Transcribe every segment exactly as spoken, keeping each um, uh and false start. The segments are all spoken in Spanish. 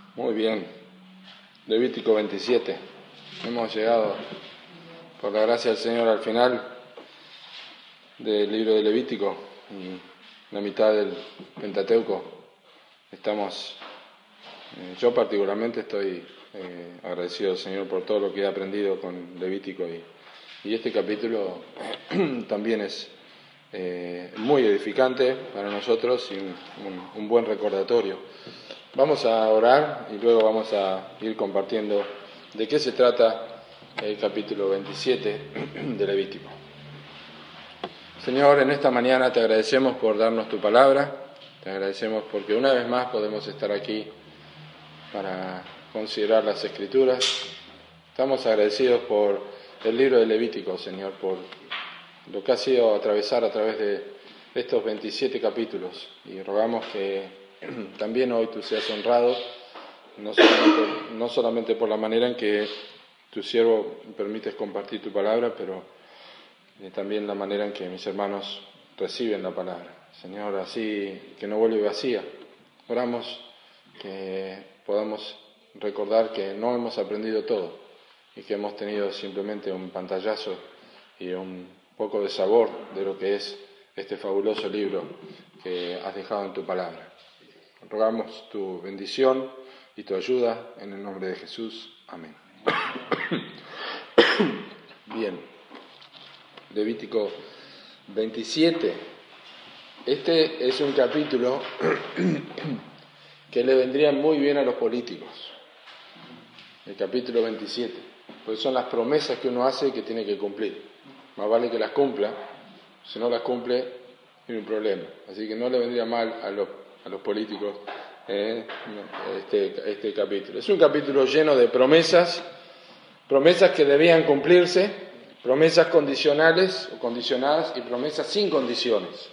Muy bien, Levítico veintisiete. Hemos llegado, por la gracia del Señor, al final del libro de Levítico y la mitad del Pentateuco. Estamos, eh, yo particularmente estoy eh, agradecido al Señor por todo lo que he aprendido con Levítico y, y este capítulo eh, también es eh, muy edificante para nosotros y un, un, un buen recordatorio. Vamos a orar y luego vamos a ir compartiendo de qué se trata el capítulo veintisiete de Levítico. Señor, en esta mañana te agradecemos por darnos tu palabra, te agradecemos porque una vez más podemos estar aquí para considerar las Escrituras. Estamos agradecidos por el libro de Levítico, Señor, por lo que ha sido atravesar a través de estos veintisiete capítulos, y rogamos que también hoy tú seas honrado, no solamente, no solamente por la manera en que tu siervo permites compartir tu palabra, pero eh, también la manera en que mis hermanos reciben la palabra. Señor, así que no vuelve vacía. Oramos que podamos recordar que no hemos aprendido todo y que hemos tenido simplemente un pantallazo y un poco de sabor de lo que es este fabuloso libro que has dejado en tu palabra. Rogamos tu bendición y tu ayuda en el nombre de Jesús. Amén. Bien, Levítico veintisiete. Este es un capítulo que le vendría muy bien a los políticos. El capítulo veintisiete, porque son las promesas que uno hace y que tiene que cumplir. Más vale que las cumpla, si no las cumple, tiene un problema. Así que no le vendría mal a los a los políticos eh, este, este capítulo. Es un capítulo lleno de promesas, promesas que debían cumplirse, promesas condicionales o condicionadas y promesas sin condiciones.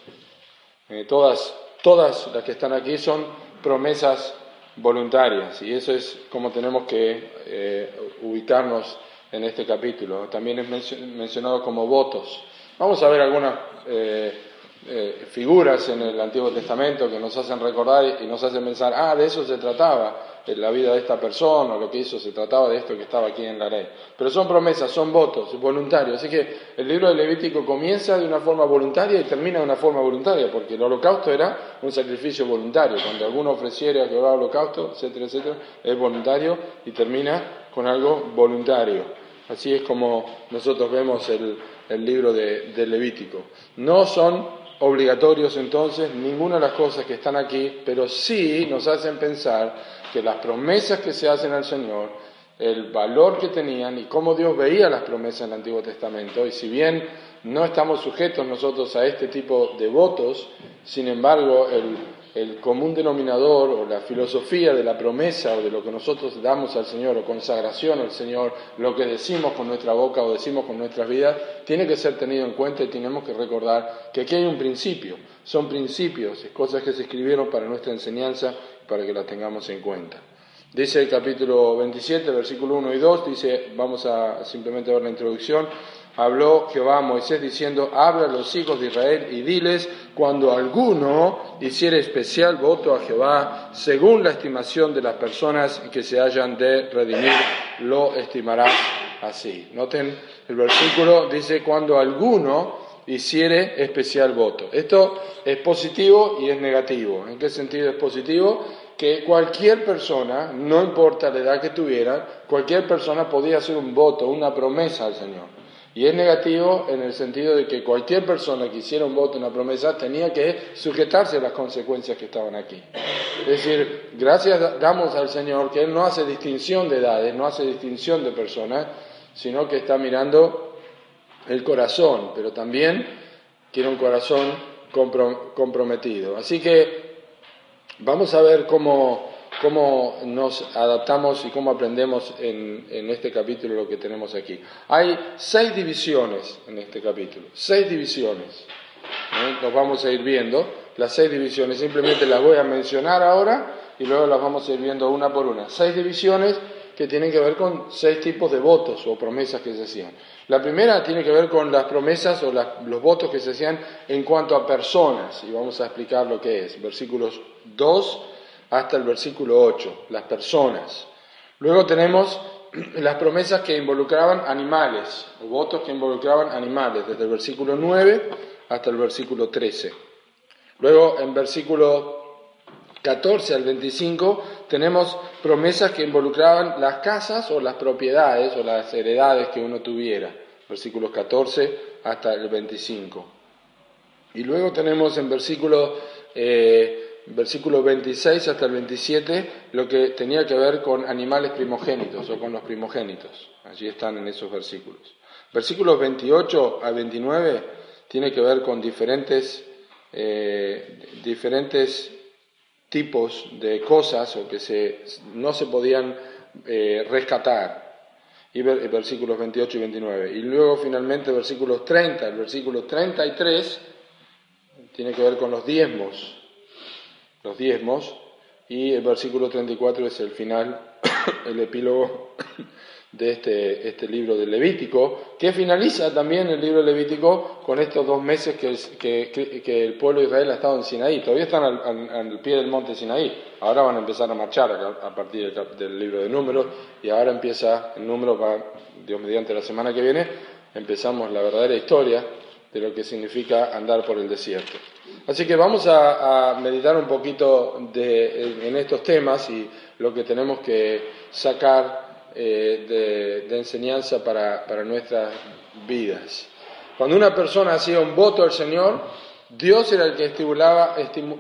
Eh, todas, todas las que están aquí son promesas voluntarias, y eso es como tenemos que eh, ubicarnos en este capítulo. También es mencionado como votos. Vamos a ver algunas eh, Eh, figuras en el Antiguo Testamento que nos hacen recordar y nos hacen pensar, ah, de eso se trataba, en la vida de esta persona, o lo que hizo, se trataba de esto que estaba aquí en la ley. Pero son promesas, son votos voluntarios. Así que el libro de Levítico comienza de una forma voluntaria y termina de una forma voluntaria, porque el holocausto era un sacrificio voluntario. Cuando alguno ofreciera a Jehová holocausto, etcétera, etcétera, es voluntario y termina con algo voluntario. Así es como nosotros vemos el, el libro de, de Levítico. No son obligatorios entonces ninguna de las cosas que están aquí, pero sí nos hacen pensar que las promesas que se hacen al Señor, el valor que tenían y cómo Dios veía las promesas en el Antiguo Testamento, y si bien no estamos sujetos nosotros a este tipo de votos, sin embargo el, el común denominador o la filosofía de la promesa o de lo que nosotros damos al Señor o consagración al Señor, lo que decimos con nuestra boca o decimos con nuestras vidas, tiene que ser tenido en cuenta, y tenemos que recordar que aquí hay un principio, son principios, cosas que se escribieron para nuestra enseñanza, para que las tengamos en cuenta. Dice el capítulo veintisiete, versículo uno y dos, dice, vamos a simplemente ver la introducción. Habló Jehová a Moisés diciendo, habla a los hijos de Israel y diles, cuando alguno hiciere especial voto a Jehová, según la estimación de las personas que se hayan de redimir, lo estimarás así. Noten, el versículo dice, cuando alguno hiciere especial voto. Esto es positivo y es negativo. ¿En qué sentido es positivo? Que cualquier persona, no importa la edad que tuviera, cualquier persona podía hacer un voto, una promesa al Señor. Y es negativo en el sentido de que cualquier persona que hiciera un voto, una promesa, tenía que sujetarse a las consecuencias que estaban aquí. Es decir, gracias damos al Señor que Él no hace distinción de edades, no hace distinción de personas, sino que está mirando el corazón, pero también quiere un corazón comprometido. Así que vamos a ver cómo, cómo nos adaptamos y cómo aprendemos en, en este capítulo lo que tenemos aquí. Hay seis divisiones en este capítulo, seis divisiones. ¿Eh? Los vamos a ir viendo, las seis divisiones, simplemente las voy a mencionar ahora y luego las vamos a ir viendo una por una. Seis divisiones que tienen que ver con seis tipos de votos o promesas que se hacían. La primera tiene que ver con las promesas o las, los votos que se hacían en cuanto a personas, y vamos a explicar lo que es. Versículos dos hasta el versículo ocho, las personas. Luego tenemos las promesas que involucraban animales, o votos que involucraban animales, desde el versículo nueve hasta el versículo trece. Luego, en versículo catorce al veinticinco, tenemos promesas que involucraban las casas o las propiedades o las heredades que uno tuviera, versículos catorce hasta el veinticinco. Y luego tenemos en versículo, eh, versículo veintiséis hasta el veintisiete lo que tenía que ver con animales primogénitos o con los primogénitos. Allí están en esos versículos. Versículos veintiocho a veintinueve tiene que ver con diferentes, eh, diferentes tipos de cosas o que se, no se podían eh, rescatar. Y ver, versículos veintiocho y veintinueve. Y luego finalmente versículos treinta, el versículo treinta y tres tiene que ver con los diezmos, los diezmos, y el versículo treinta y cuatro es el final, el epílogo de este, este libro de Levítico, que finaliza también el libro de Levítico con estos dos meses que, que, que el pueblo de Israel ha estado en Sinaí. Todavía están al, al, al pie del monte Sinaí, ahora van a empezar a marchar a, a partir del, del libro de Números, y ahora empieza el número, para Dios mediante la semana que viene, empezamos la verdadera historia de lo que significa andar por el desierto. Así que vamos a, a meditar un poquito de, en estos temas y lo que tenemos que sacar eh, de, de enseñanza para, para nuestras vidas. Cuando una persona hacía un voto al Señor, Dios era el que estipulaba,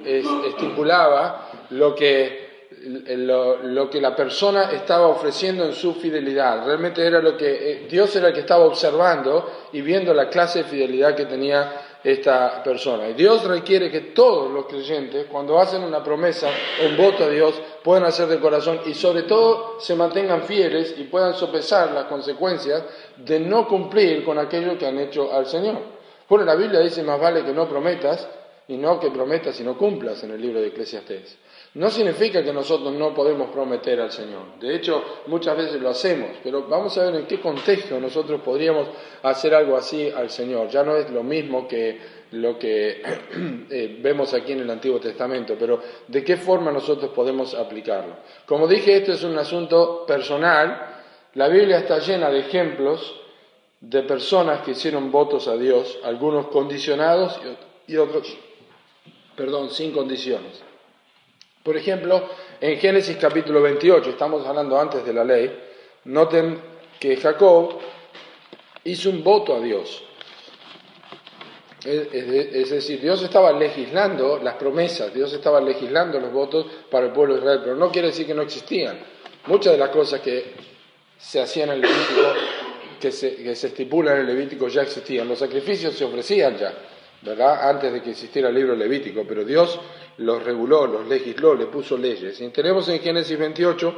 estipulaba lo que Lo, lo que la persona estaba ofreciendo en su fidelidad. Realmente era lo que Dios era el que estaba observando y viendo la clase de fidelidad que tenía esta persona. Y Dios requiere que todos los creyentes, cuando hacen una promesa o un voto a Dios, puedan hacer de corazón y sobre todo se mantengan fieles y puedan sopesar las consecuencias de no cumplir con aquello que han hecho al Señor. Bueno, la Biblia dice: más vale que no prometas y no que prometas y no cumplas, en el libro de Eclesiastés. No significa que nosotros no podemos prometer al Señor. De hecho, muchas veces lo hacemos, pero vamos a ver en qué contexto nosotros podríamos hacer algo así al Señor. Ya no es lo mismo que lo que eh, vemos aquí en el Antiguo Testamento, pero de qué forma nosotros podemos aplicarlo. Como dije, esto es un asunto personal. La Biblia está llena de ejemplos de personas que hicieron votos a Dios, algunos condicionados y otros, perdón, sin condiciones. Por ejemplo, en Génesis capítulo veintiocho, estamos hablando antes de la ley, noten que Jacob hizo un voto a Dios. Es, es, es decir, Dios estaba legislando las promesas, Dios estaba legislando los votos para el pueblo de Israel, pero no quiere decir que no existían. Muchas de las cosas que se hacían en el Levítico, que se, que se estipulan en el Levítico, ya existían. Los sacrificios se ofrecían ya, ¿verdad?, antes de que existiera el libro Levítico, pero Dios los reguló, los legisló, le puso leyes. Y tenemos en Génesis veintiocho,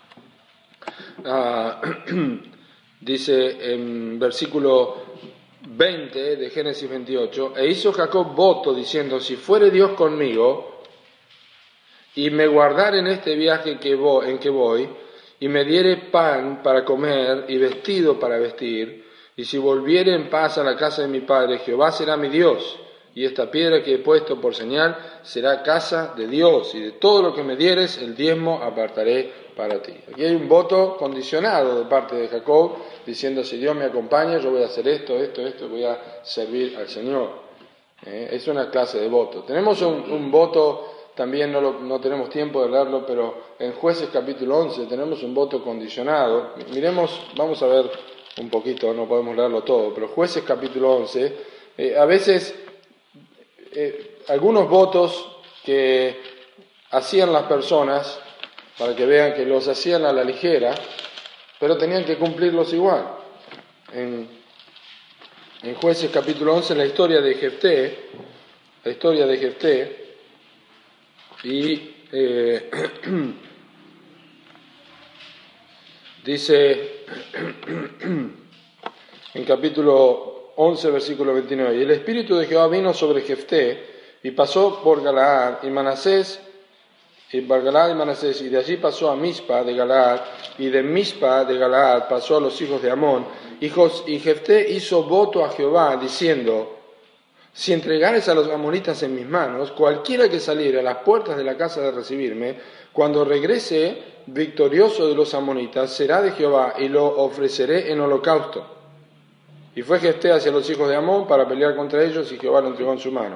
uh, dice en versículo veinte de Génesis veintiocho, e hizo Jacob voto diciendo: si fuere Dios conmigo y me guardare en este viaje que voy, en que voy, y me diere pan para comer y vestido para vestir, y si volviere en paz a la casa de mi padre, Jehová será mi Dios, y esta piedra que he puesto por señal será casa de Dios, y de todo lo que me dieres el diezmo apartaré para ti. Aquí hay un voto condicionado de parte de Jacob, diciendo: si Dios me acompaña, yo voy a hacer esto, esto, esto, voy a servir al Señor. ¿Eh? Es una clase de voto. Tenemos un, un voto, también no, lo, no tenemos tiempo de leerlo, pero en Jueces capítulo once tenemos un voto condicionado. Miremos, vamos a ver un poquito, no podemos leerlo todo, pero Jueces capítulo once, eh, a veces eh, algunos votos que hacían las personas, para que vean que los hacían a la ligera, pero tenían que cumplirlos igual. En, en Jueces capítulo once, la historia de Jefté, la historia de Jefté, y eh, dice en capítulo once, versículo veintinueve, y el Espíritu de Jehová vino sobre Jefté, y pasó por Galaad y Manasés, y por Galaad y Manasés, y de allí pasó a Mizpa de Galaad, y de Mizpa de Galaad pasó a los hijos de Amón, y Jefté hizo voto a Jehová, diciendo: si entregares a los amonitas en mis manos, cualquiera que saliere a las puertas de la casa de recibirme, cuando regrese victorioso de los amonitas, será de Jehová, y lo ofreceré en holocausto. Y fue Jefté hacia los hijos de Amón para pelear contra ellos, y Jehová lo entregó en su mano.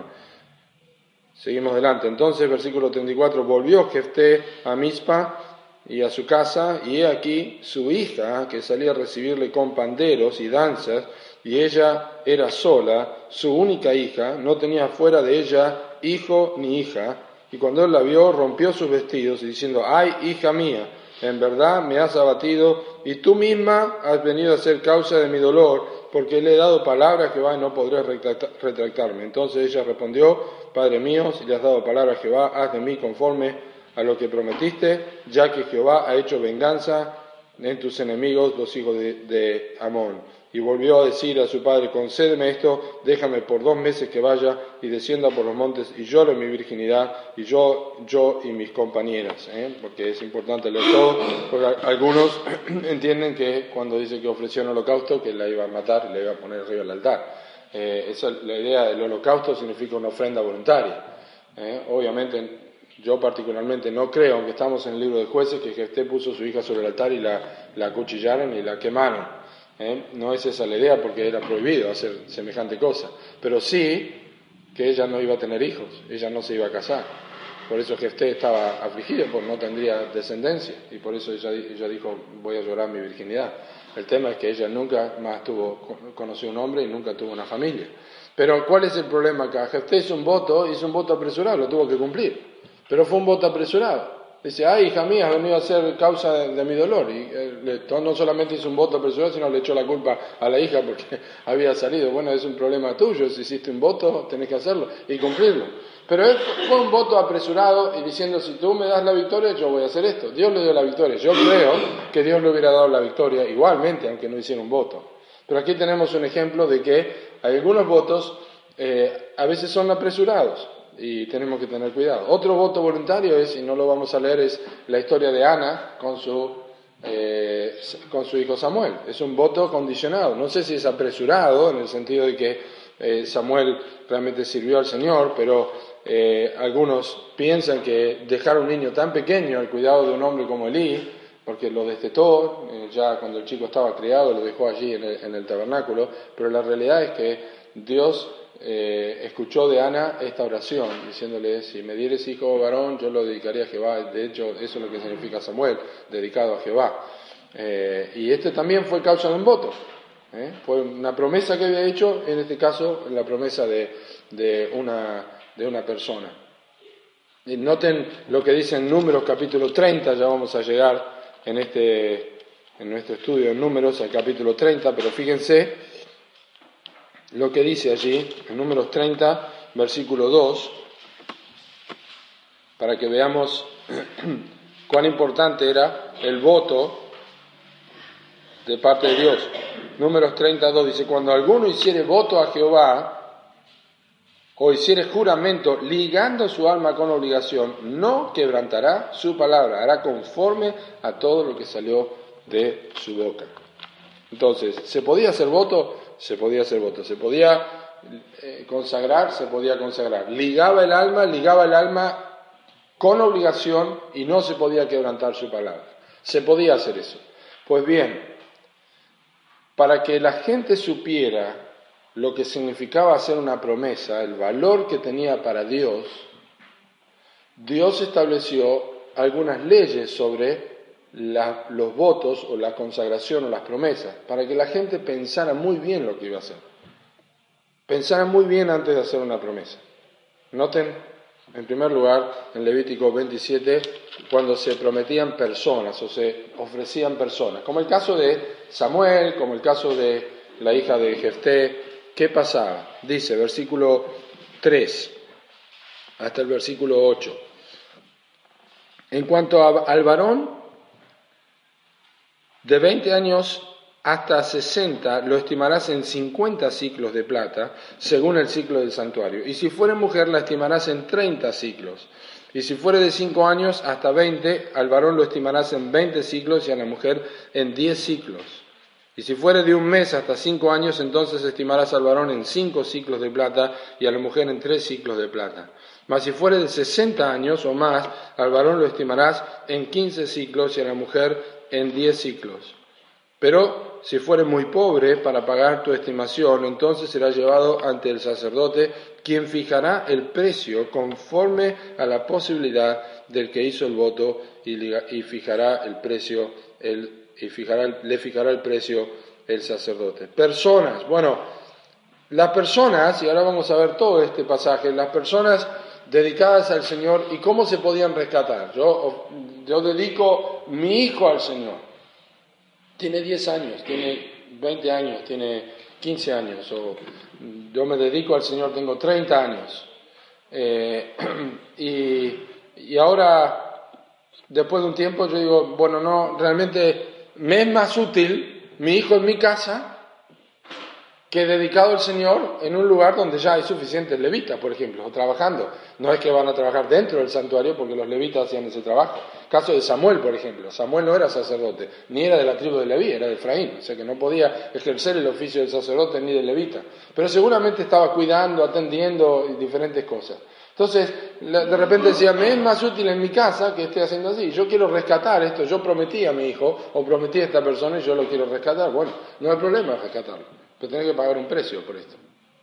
Seguimos adelante. Entonces, versículo treinta y cuatro, volvió Jefté a Mizpa y a su casa, y he aquí su hija, que salía a recibirle con panderos y danzas, y ella era sola, su única hija, no tenía fuera de ella hijo ni hija, y cuando él la vio, rompió sus vestidos, y diciendo, ay, hija mía, en verdad me has abatido, y tú misma has venido a ser causa de mi dolor, porque le he dado palabra a Jehová y no podré retractarme. Entonces ella respondió, Padre mío, si le has dado palabra a Jehová, haz de mí conforme a lo que prometiste, ya que Jehová ha hecho venganza en tus enemigos, los hijos de, de Amón. Y volvió a decir a su padre, concédeme esto, déjame por dos meses que vaya y descienda por los montes y llore mi virginidad, y yo, yo y mis compañeras, ¿eh? Porque es importante leer todo, porque algunos entienden que cuando dice que ofreció un holocausto, que la iba a matar y la iba a poner arriba del altar. Eh, esa, la idea del holocausto significa una ofrenda voluntaria. ¿eh? Obviamente, yo particularmente no creo, aunque estamos en el libro de Jueces, que Jefté puso a su hija sobre el altar y la, la acuchillaron y la quemaron. ¿Eh? No es esa la idea, porque era prohibido hacer semejante cosa, pero sí que ella no iba a tener hijos, ella no se iba a casar. Por eso Jefté estaba afligido, porque no tendría descendencia, y por eso ella, ella dijo, voy a llorar mi virginidad. El tema es que ella nunca más tuvo, conoció un hombre y nunca tuvo una familia. Pero ¿cuál es el problema acá? Jefté hizo un voto, hizo un voto apresurado, lo tuvo que cumplir, pero fue un voto apresurado. Dice, ay, hija mía, has venido a ser causa de, de mi dolor. Y eh, no solamente hizo un voto apresurado, sino le echó la culpa a la hija porque había salido. Bueno, es un problema tuyo, si hiciste un voto, tenés que hacerlo y cumplirlo. Pero él fue un voto apresurado y diciendo, si tú me das la victoria, yo voy a hacer esto. Dios le dio la victoria. Yo creo que Dios le hubiera dado la victoria igualmente, aunque no hiciera un voto. Pero aquí tenemos un ejemplo de que algunos votos eh, a veces son apresurados. Y tenemos que tener cuidado. Otro voto voluntario es, y no lo vamos a leer, es la historia de Ana con su, eh, con su hijo Samuel. Es un voto condicionado. No sé si es apresurado, en el sentido de que eh, Samuel realmente sirvió al Señor, pero eh, algunos piensan que dejar a un niño tan pequeño al cuidado de un hombre como Elí, porque lo destetó, eh, ya cuando el chico estaba criado, lo dejó allí en el, en el tabernáculo, pero la realidad es que Dios Eh, escuchó de Ana esta oración, diciéndole, si me dieres hijo varón, yo lo dedicaría a Jehová. De hecho, eso es lo que significa Samuel, dedicado a Jehová. Eh, y este también fue causa de un voto. ¿eh? Fue una promesa que había hecho, en este caso, la promesa de, de, una, de una persona. Y noten lo que dice en Números capítulo treinta, ya vamos a llegar en, este, en nuestro estudio en Números al capítulo treinta, pero fíjense lo que dice allí, en Números treinta, versículo dos, para que veamos cuán importante era el voto de parte de Dios. Números treinta, dos dice, cuando alguno hiciere voto a Jehová, o hiciere juramento ligando su alma con obligación, no quebrantará su palabra, hará conforme a todo lo que salió de su boca. Entonces, ¿se podía hacer voto? Se podía hacer voto. ¿Se podía eh, consagrar? Se podía consagrar. Ligaba el alma, ligaba el alma con obligación y no se podía quebrantar su palabra. Se podía hacer eso. Pues bien, para que la gente supiera lo que significaba hacer una promesa, el valor que tenía para Dios, Dios estableció algunas leyes sobre La, los votos o la consagración o las promesas, para que la gente pensara muy bien lo que iba a hacer. Pensara muy bien antes de hacer una promesa. Noten, en primer lugar, en Levítico veintisiete, cuando se prometían personas o se ofrecían personas, como el caso de Samuel, como el caso de la hija de Jefté. ¿Qué pasaba? Dice, versículo tres hasta el versículo ocho. En cuanto a, al varón, de veinte años hasta sesenta lo estimarás en cincuenta ciclos de plata, según el ciclo del santuario. Y si fuere mujer, la estimarás en treinta ciclos. Y si fuere de cinco años hasta veinte, al varón lo estimarás en veinte ciclos y a la mujer en diez ciclos. Y si fuere de un mes hasta cinco años, entonces estimarás al varón en cinco ciclos de plata y a la mujer en tres ciclos de plata. Mas si fuere de sesenta años o más, al varón lo estimarás en quince ciclos y a la mujer en diez ciclos. Pero si fuere muy pobre para pagar tu estimación, entonces será llevado ante el sacerdote, quien fijará el precio conforme a la posibilidad del que hizo el voto y, y fijará el precio, el, y fijará, le fijará el precio el sacerdote. Personas, bueno, las personas, y ahora vamos a ver todo este pasaje, las personas dedicadas al Señor y cómo se podían rescatar. Yo, yo dedico mi hijo al Señor. Tiene diez años, tiene veinte años, tiene quince años, o yo me dedico al Señor, tengo treinta años. Eh, y, y ahora, después de un tiempo, yo digo, bueno, no, realmente me es más útil mi hijo en mi casa que dedicado al Señor en un lugar donde ya hay suficientes levitas, por ejemplo, o trabajando. No es que van a trabajar dentro del santuario porque los levitas hacían ese trabajo. Caso de Samuel, por ejemplo. Samuel no era sacerdote, ni era de la tribu de Leví, era de Efraín. O sea que no podía ejercer el oficio del sacerdote ni del levita. Pero seguramente estaba cuidando, atendiendo diferentes cosas. Entonces, de repente decía, me es más útil en mi casa que esté haciendo así. Yo quiero rescatar esto, yo prometí a mi hijo, o prometí a esta persona y yo lo quiero rescatar. Bueno, no hay problema rescatarlo. Pero tenés que pagar un precio por esto.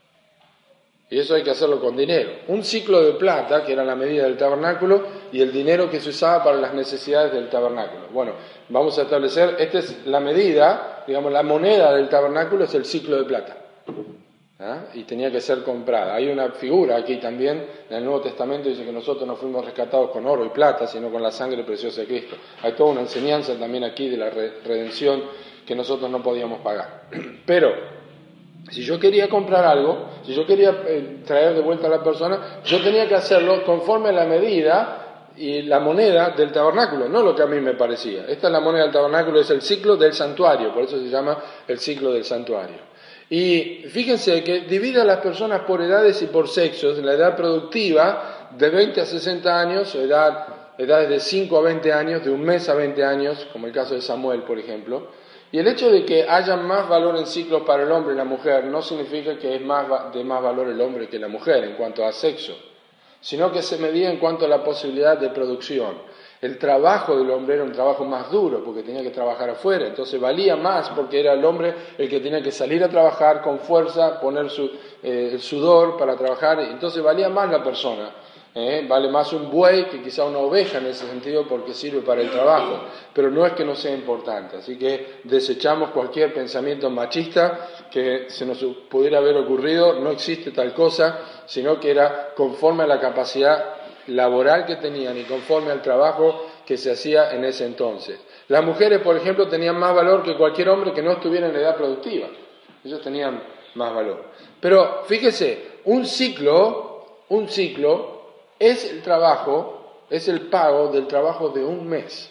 Y eso hay que hacerlo con dinero. Un ciclo de plata, que era la medida del tabernáculo, y el dinero que se usaba para las necesidades del tabernáculo. Bueno, vamos a establecer, esta es la medida, digamos, la moneda del tabernáculo es el ciclo de plata. ¿Ah? Y tenía que ser comprada. Hay una figura aquí también, en el Nuevo Testamento dice que nosotros no fuimos rescatados con oro y plata, sino con la sangre preciosa de Cristo. Hay toda una enseñanza también aquí de la redención que nosotros no podíamos pagar. Pero si yo quería comprar algo, si yo quería eh, traer de vuelta a la persona, yo tenía que hacerlo conforme a la medida y la moneda del tabernáculo, no lo que a mí me parecía. Esta es la moneda del tabernáculo, es el ciclo del santuario, por eso se llama el ciclo del santuario. Y fíjense que divide a las personas por edades y por sexos, la edad productiva de veinte a sesenta años, edad, edades de cinco a veinte años, de un mes a veinte años, como el caso de Samuel, por ejemplo. Y el hecho de que haya más valor en ciclos para el hombre y la mujer no significa que es más de más valor el hombre que la mujer en cuanto a sexo, sino que se medía en cuanto a la posibilidad de producción. El trabajo del hombre era un trabajo más duro porque tenía que trabajar afuera, entonces valía más porque era el hombre el que tenía que salir a trabajar con fuerza, poner su, eh, el sudor para trabajar, entonces valía más la persona. ¿Eh? Vale más un buey que quizá una oveja en ese sentido porque sirve para el trabajo, pero no es que no sea importante, así que desechamos cualquier pensamiento machista que se nos pudiera haber ocurrido, no existe tal cosa, sino que era conforme a la capacidad laboral que tenían y conforme al trabajo que se hacía en ese entonces. Las mujeres, por ejemplo, tenían más valor que cualquier hombre que no estuviera en edad productiva, ellos tenían más valor. Pero fíjese, un ciclo, un ciclo es el trabajo, es el pago del trabajo de un mes.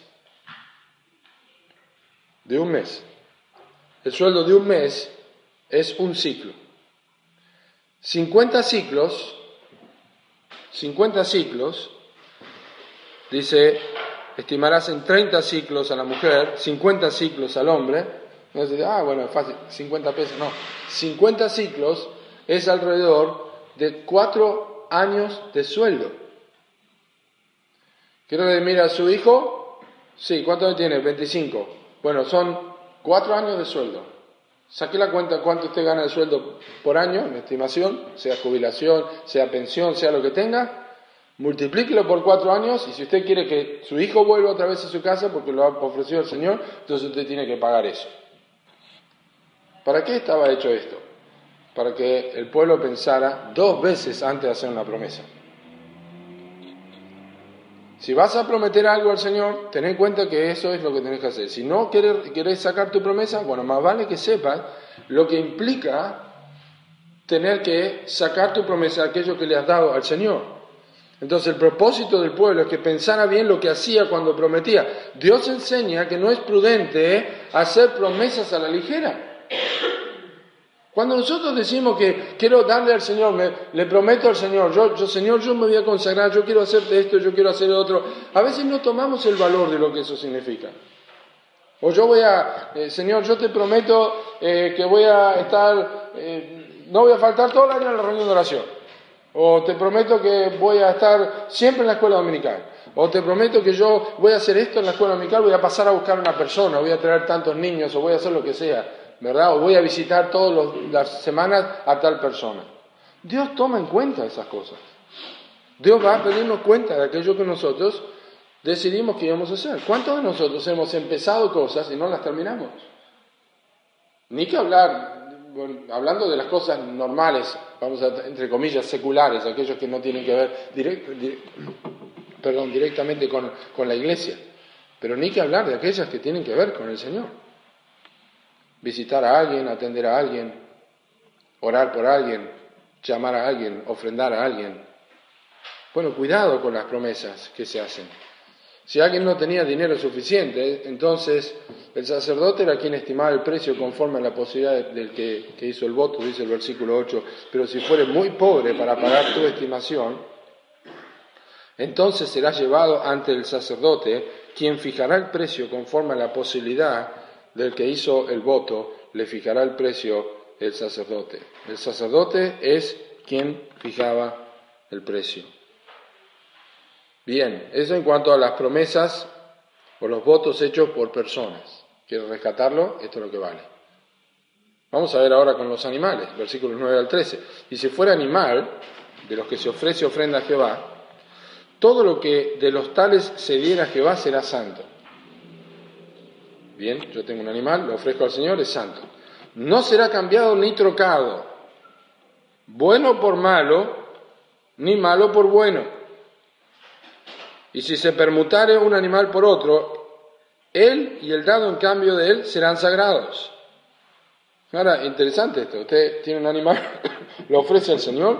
De un mes. El sueldo de un mes es un ciclo. cincuenta ciclos, cincuenta ciclos, dice, estimarás en treinta ciclos a la mujer, cincuenta ciclos al hombre. No se dice, ah, bueno, es fácil, cincuenta pesos. No, cincuenta ciclos es alrededor de cuatro años de sueldo. Quiero que mire a su hijo, sí, ¿cuánto años tiene? veinticinco. Bueno, son cuatro años de sueldo. Saqué la cuenta cuánto usted gana de sueldo por año, en estimación, sea jubilación, sea pensión, sea lo que tenga, multiplíquelo por cuatro años y si usted quiere que su hijo vuelva otra vez a su casa porque lo ha ofrecido el Señor, entonces usted tiene que pagar eso. ¿Para qué estaba hecho esto? Para que el pueblo pensara dos veces antes de hacer una promesa. Si vas a prometer algo al Señor, ten en cuenta que eso es lo que tenés que hacer. Si no querés, querés sacar tu promesa, bueno, más vale que sepas lo que implica tener que sacar tu promesa a aquello que le has dado al Señor. Entonces el propósito del pueblo es que pensara bien lo que hacía cuando prometía. Dios enseña que no es prudente hacer promesas a la ligera. Cuando nosotros decimos que quiero darle al Señor, me, le prometo al Señor, yo, yo Señor, yo me voy a consagrar, yo quiero hacer esto, yo quiero hacer otro, a veces no tomamos el valor de lo que eso significa. O yo voy a, eh, Señor, yo te prometo eh, que voy a estar, eh, no voy a faltar todo el año en la reunión de oración. O te prometo que voy a estar siempre en la escuela dominical. O te prometo que yo voy a hacer esto en la escuela dominical, voy a pasar a buscar a una persona, voy a traer tantos niños, o voy a hacer lo que sea, ¿verdad? O voy a visitar todas las semanas a tal persona. Dios toma en cuenta esas cosas. Dios va a pedirnos cuenta de aquello que nosotros decidimos que íbamos a hacer. ¿Cuántos de nosotros hemos empezado cosas y no las terminamos? Ni que hablar, bueno, hablando de las cosas normales, vamos a, entre comillas, seculares, aquellos que no tienen que ver direct, direct, perdón, directamente con, con la iglesia, pero ni que hablar de aquellas que tienen que ver con el Señor. Visitar a alguien, atender a alguien, orar por alguien, llamar a alguien, ofrendar a alguien. Bueno, cuidado con las promesas que se hacen. Si alguien no tenía dinero suficiente, entonces el sacerdote era quien estimaba el precio conforme a la posibilidad del que, que hizo el voto, dice el versículo ocho, pero si fuere muy pobre para pagar tu estimación, entonces será llevado ante el sacerdote, quien fijará el precio conforme a la posibilidad del que hizo el voto, le fijará el precio el sacerdote. El sacerdote es quien fijaba el precio. Bien, eso en cuanto a las promesas o los votos hechos por personas. ¿Quiero rescatarlo? Esto es lo que vale. Vamos a ver ahora con los animales, versículos nueve al trece. Y si fuera animal, de los que se ofrece ofrenda a Jehová, todo lo que de los tales se diera a Jehová será santo. Bien, yo tengo un animal, lo ofrezco al Señor, es santo. No será cambiado ni trocado, bueno por malo, ni malo por bueno. Y si se permutare un animal por otro, él y el dado en cambio de él serán sagrados. Ahora, interesante esto. Usted tiene un animal, lo ofrece al Señor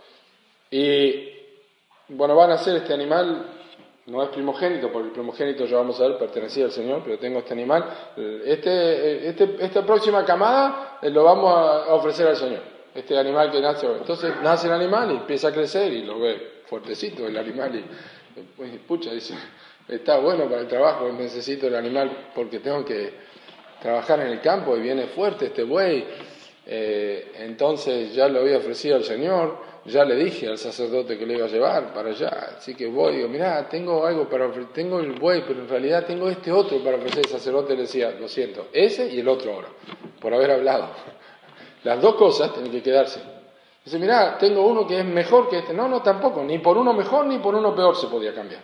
y, bueno, van a hacer este animal, no es primogénito, porque el primogénito ya vamos a ver, pertenecía al Señor, pero tengo este animal. Este, este, esta próxima camada lo vamos a ofrecer al Señor. Este animal que nace. Entonces nace el animal y empieza a crecer y lo ve fuertecito el animal y... Pues, pucha, dice, está bueno para el trabajo, necesito el animal porque tengo que trabajar en el campo y viene fuerte este buey. Eh, entonces ya lo había ofrecido al Señor, ya le dije al sacerdote que le iba a llevar para allá, así que voy, digo, mirá, tengo algo para ofrecer, tengo el buey, pero en realidad tengo este otro para ofrecer. El sacerdote le decía, lo siento, ese y el otro ahora, por haber hablado. Las dos cosas tienen que quedarse. Dice, mirá, tengo uno que es mejor que este. No, no, tampoco. Ni por uno mejor ni por uno peor se podía cambiar.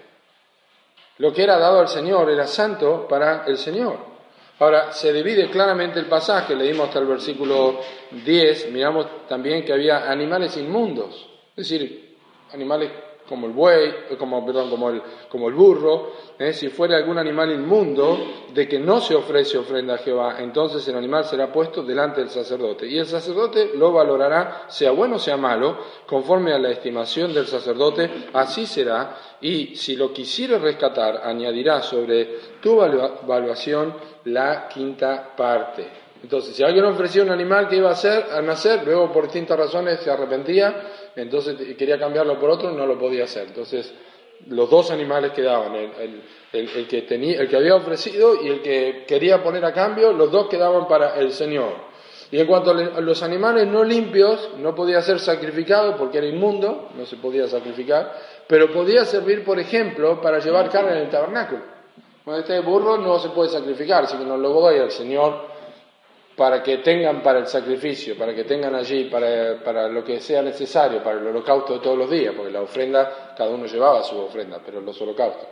Lo que era dado al Señor era santo para el Señor. Ahora, se divide claramente el pasaje. Leímos hasta el versículo diez. Miramos también que había animales inmundos. Es decir, animales como el buey, como, perdón, como el, como el burro. ¿eh? Si fuera algún animal inmundo de que no se ofrece ofrenda a Jehová, entonces el animal será puesto delante del sacerdote. Y el sacerdote lo valorará, sea bueno o sea malo, conforme a la estimación del sacerdote, así será. Y si lo quisiere rescatar, añadirá sobre tu valuación la quinta parte. Entonces, si alguien ofrecía un animal que iba a, hacer, a nacer, luego por distintas razones se arrepentía, entonces quería cambiarlo por otro, no lo podía hacer. Entonces, los dos animales quedaban, el, el, el, el, que tenía, el que había ofrecido y el que quería poner a cambio, los dos quedaban para el Señor. Y en cuanto a los animales no limpios, no podía ser sacrificado porque era inmundo, no se podía sacrificar, pero podía servir, por ejemplo, para llevar carne en el tabernáculo. Bueno, este burro no se puede sacrificar, sino que nos lo doy al Señor para que tengan para el sacrificio, para que tengan allí, para, para lo que sea necesario, para el holocausto de todos los días, porque la ofrenda, cada uno llevaba su ofrenda, pero los holocaustos.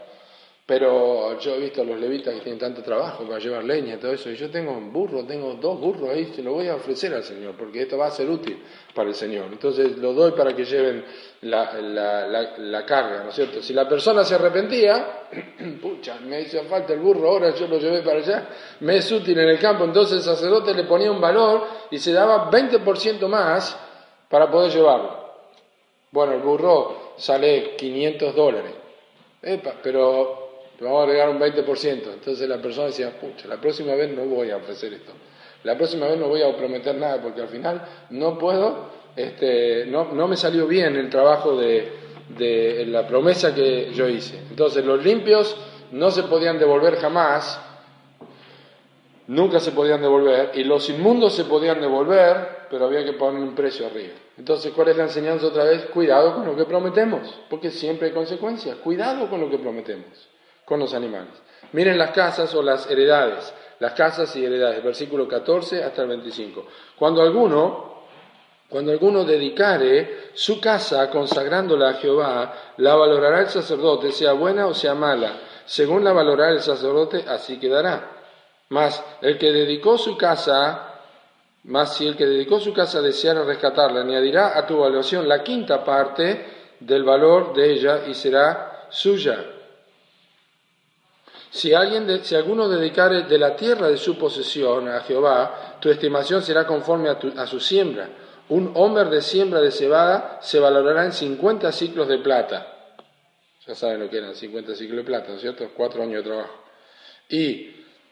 Pero yo he visto a los levitas que tienen tanto trabajo para llevar leña y todo eso, y yo tengo un burro, tengo dos burros ahí, se lo voy a ofrecer al Señor, porque esto va a ser útil para el Señor. Entonces lo doy para que lleven la, la, la, la carga, ¿no es cierto? Si la persona se arrepentía, pucha, me hizo falta el burro, ahora yo lo llevé para allá, me es útil en el campo, entonces el sacerdote le ponía un valor y se daba veinte por ciento más para poder llevarlo. Bueno, el burro sale quinientos dólares, Epa, pero... le vamos a agregar un veinte por ciento. Entonces la persona decía, pucha, la próxima vez no voy a ofrecer esto. La próxima vez no voy a prometer nada porque al final no puedo, este, no, no me salió bien el trabajo de, de la promesa que yo hice. Entonces los limpios no se podían devolver jamás nunca se podían devolver, y los inmundos se podían devolver, pero había que poner un precio arriba. Entonces, ¿cuál es la enseñanza otra vez? Cuidado con lo que prometemos, porque siempre hay consecuencias. Cuidado con lo que prometemos, con los animales. Miren las casas o las heredades, las casas y heredades, versículo catorce hasta el veinticinco. Cuando alguno... Cuando alguno dedicare su casa consagrándola a Jehová, la valorará el sacerdote, sea buena o sea mala. Según la valorará el sacerdote, así quedará. Mas el que dedicó su casa, mas si el que dedicó su casa deseara rescatarla, añadirá a tu evaluación la quinta parte del valor de ella y será suya. Si alguien, de, si alguno dedicare de la tierra de su posesión a Jehová, tu estimación será conforme a, tu, a su siembra. Un homer de siembra de cebada se valorará en cincuenta ciclos de plata. Ya saben lo que eran cincuenta ciclos de plata, ¿no es cierto? Cuatro años de trabajo. Y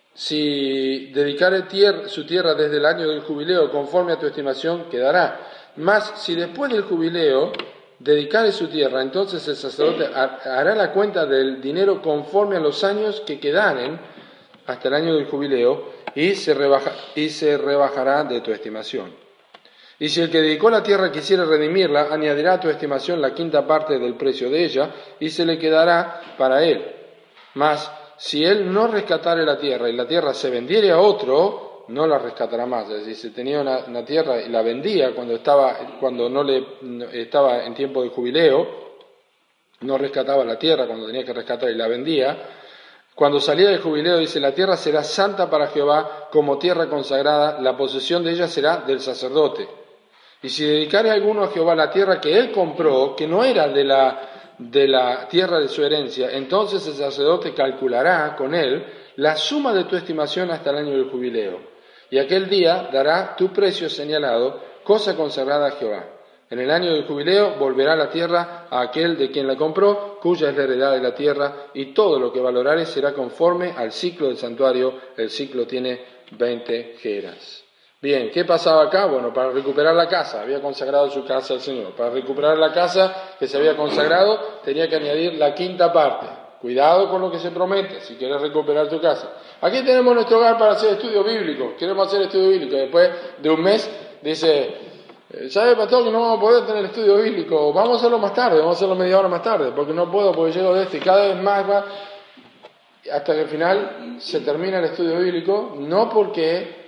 si dedicare tierra, su tierra desde el año del jubileo conforme a tu estimación, quedará. Mas si después del jubileo dedicare su tierra, entonces el sacerdote hará la cuenta del dinero conforme a los años que quedaren hasta el año del jubileo y se, rebaja, y se rebajará de tu estimación. Y si el que dedicó la tierra quisiera redimirla, añadirá a tu estimación la quinta parte del precio de ella, y se le quedará para él. Mas, si él no rescatare la tierra, y la tierra se vendiere a otro, no la rescatará más. Es decir, si tenía una, una tierra y la vendía cuando estaba, cuando no le estaba en tiempo de jubileo, no rescataba la tierra cuando tenía que rescatar y la vendía. Cuando salía del jubileo, dice, la tierra será santa para Jehová, como tierra consagrada, la posesión de ella será del sacerdote. Y si dedicare alguno a Jehová la tierra que él compró, que no era de la, de la tierra de su herencia, entonces el sacerdote calculará con él la suma de tu estimación hasta el año del jubileo. Y aquel día dará tu precio señalado, cosa consagrada a Jehová. En el año del jubileo volverá la tierra a aquel de quien la compró, cuya es la heredad de la tierra, y todo lo que valorare será conforme al ciclo del santuario. El ciclo tiene veinte geras. Bien, ¿qué pasaba acá? Bueno, para recuperar la casa, había consagrado su casa al Señor. Para recuperar la casa que se había consagrado, tenía que añadir la quinta parte. Cuidado con lo que se promete, si quieres recuperar tu casa. Aquí tenemos nuestro hogar para hacer estudio bíblico. Queremos hacer estudio bíblico. Después de un mes, dice, ¿sabe, pastor, que no vamos a poder tener estudio bíblico? Vamos a hacerlo más tarde, vamos a hacerlo media hora más tarde, porque no puedo, porque llego de este y cada vez más va, hasta que al final se termina el estudio bíblico, no porque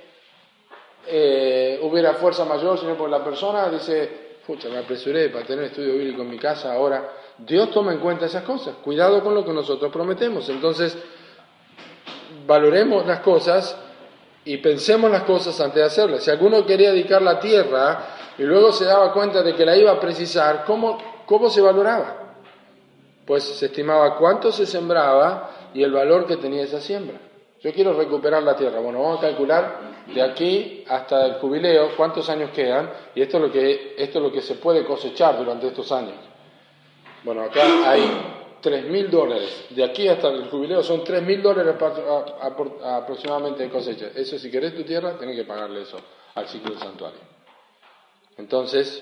Eh, hubiera fuerza mayor, sino porque la persona dice, pucha, me apresuré para tener estudio bíblico en mi casa, ahora Dios toma en cuenta esas cosas. Cuidado con lo que nosotros prometemos. Entonces, valoremos las cosas y pensemos las cosas antes de hacerlas. Si alguno quería dedicar la tierra y luego se daba cuenta de que la iba a precisar, ¿cómo, cómo se valoraba? Pues se estimaba cuánto se sembraba y el valor que tenía esa siembra. Yo quiero recuperar la tierra. Bueno, vamos a calcular de aquí hasta el jubileo cuántos años quedan, y esto es lo que, esto es lo que se puede cosechar durante estos años. Bueno, acá hay tres mil dólares. De aquí hasta el jubileo son tres mil dólares aproximadamente de cosecha. Eso, si querés tu tierra, tenés que pagarle eso al ciclo del santuario. Entonces,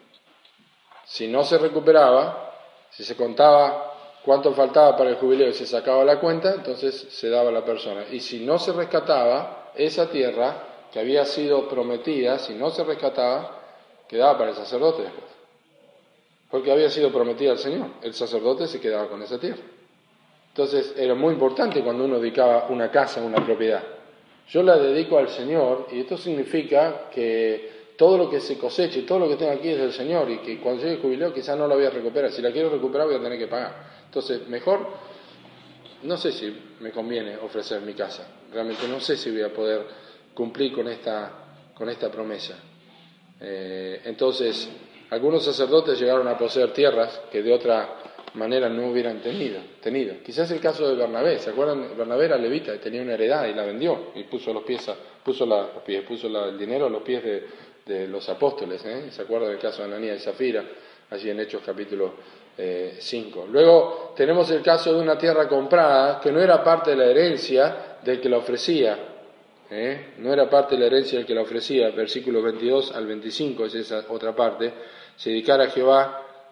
si no se recuperaba, si se contaba cuánto faltaba para el jubileo y se sacaba la cuenta, entonces se daba a la persona. Y si no se rescataba, esa tierra que había sido prometida, si no se rescataba, quedaba para el sacerdote después. Porque había sido prometida al Señor. El sacerdote se quedaba con esa tierra. Entonces era muy importante cuando uno dedicaba una casa, una propiedad. Yo la dedico al Señor, y esto significa que todo lo que se coseche, todo lo que tengo aquí es del Señor, y que cuando llegue el jubileo quizás no la voy a recuperar. Si la quiero recuperar voy a tener que pagar. Entonces, mejor, no sé si me conviene ofrecer mi casa. Realmente no sé si voy a poder cumplir con esta, con esta promesa. Eh, entonces, algunos sacerdotes llegaron a poseer tierras que de otra manera no hubieran tenido. tenido. Quizás el caso de Bernabé. ¿Se acuerdan? Bernabé era levita y tenía una heredad y la vendió. Y puso los pies, a, puso, la, los pies, puso la, el dinero a los pies de, de los apóstoles. ¿eh? ¿Se acuerdan del caso de Ananías y Zafira? Allí en Hechos capítulo cinco. Luego tenemos el caso de una tierra comprada que no era parte de la herencia del que la ofrecía, ¿eh? no era parte de la herencia del que la ofrecía, versículos veintidós al veinticinco es esa otra parte. Se dedicara a Jehová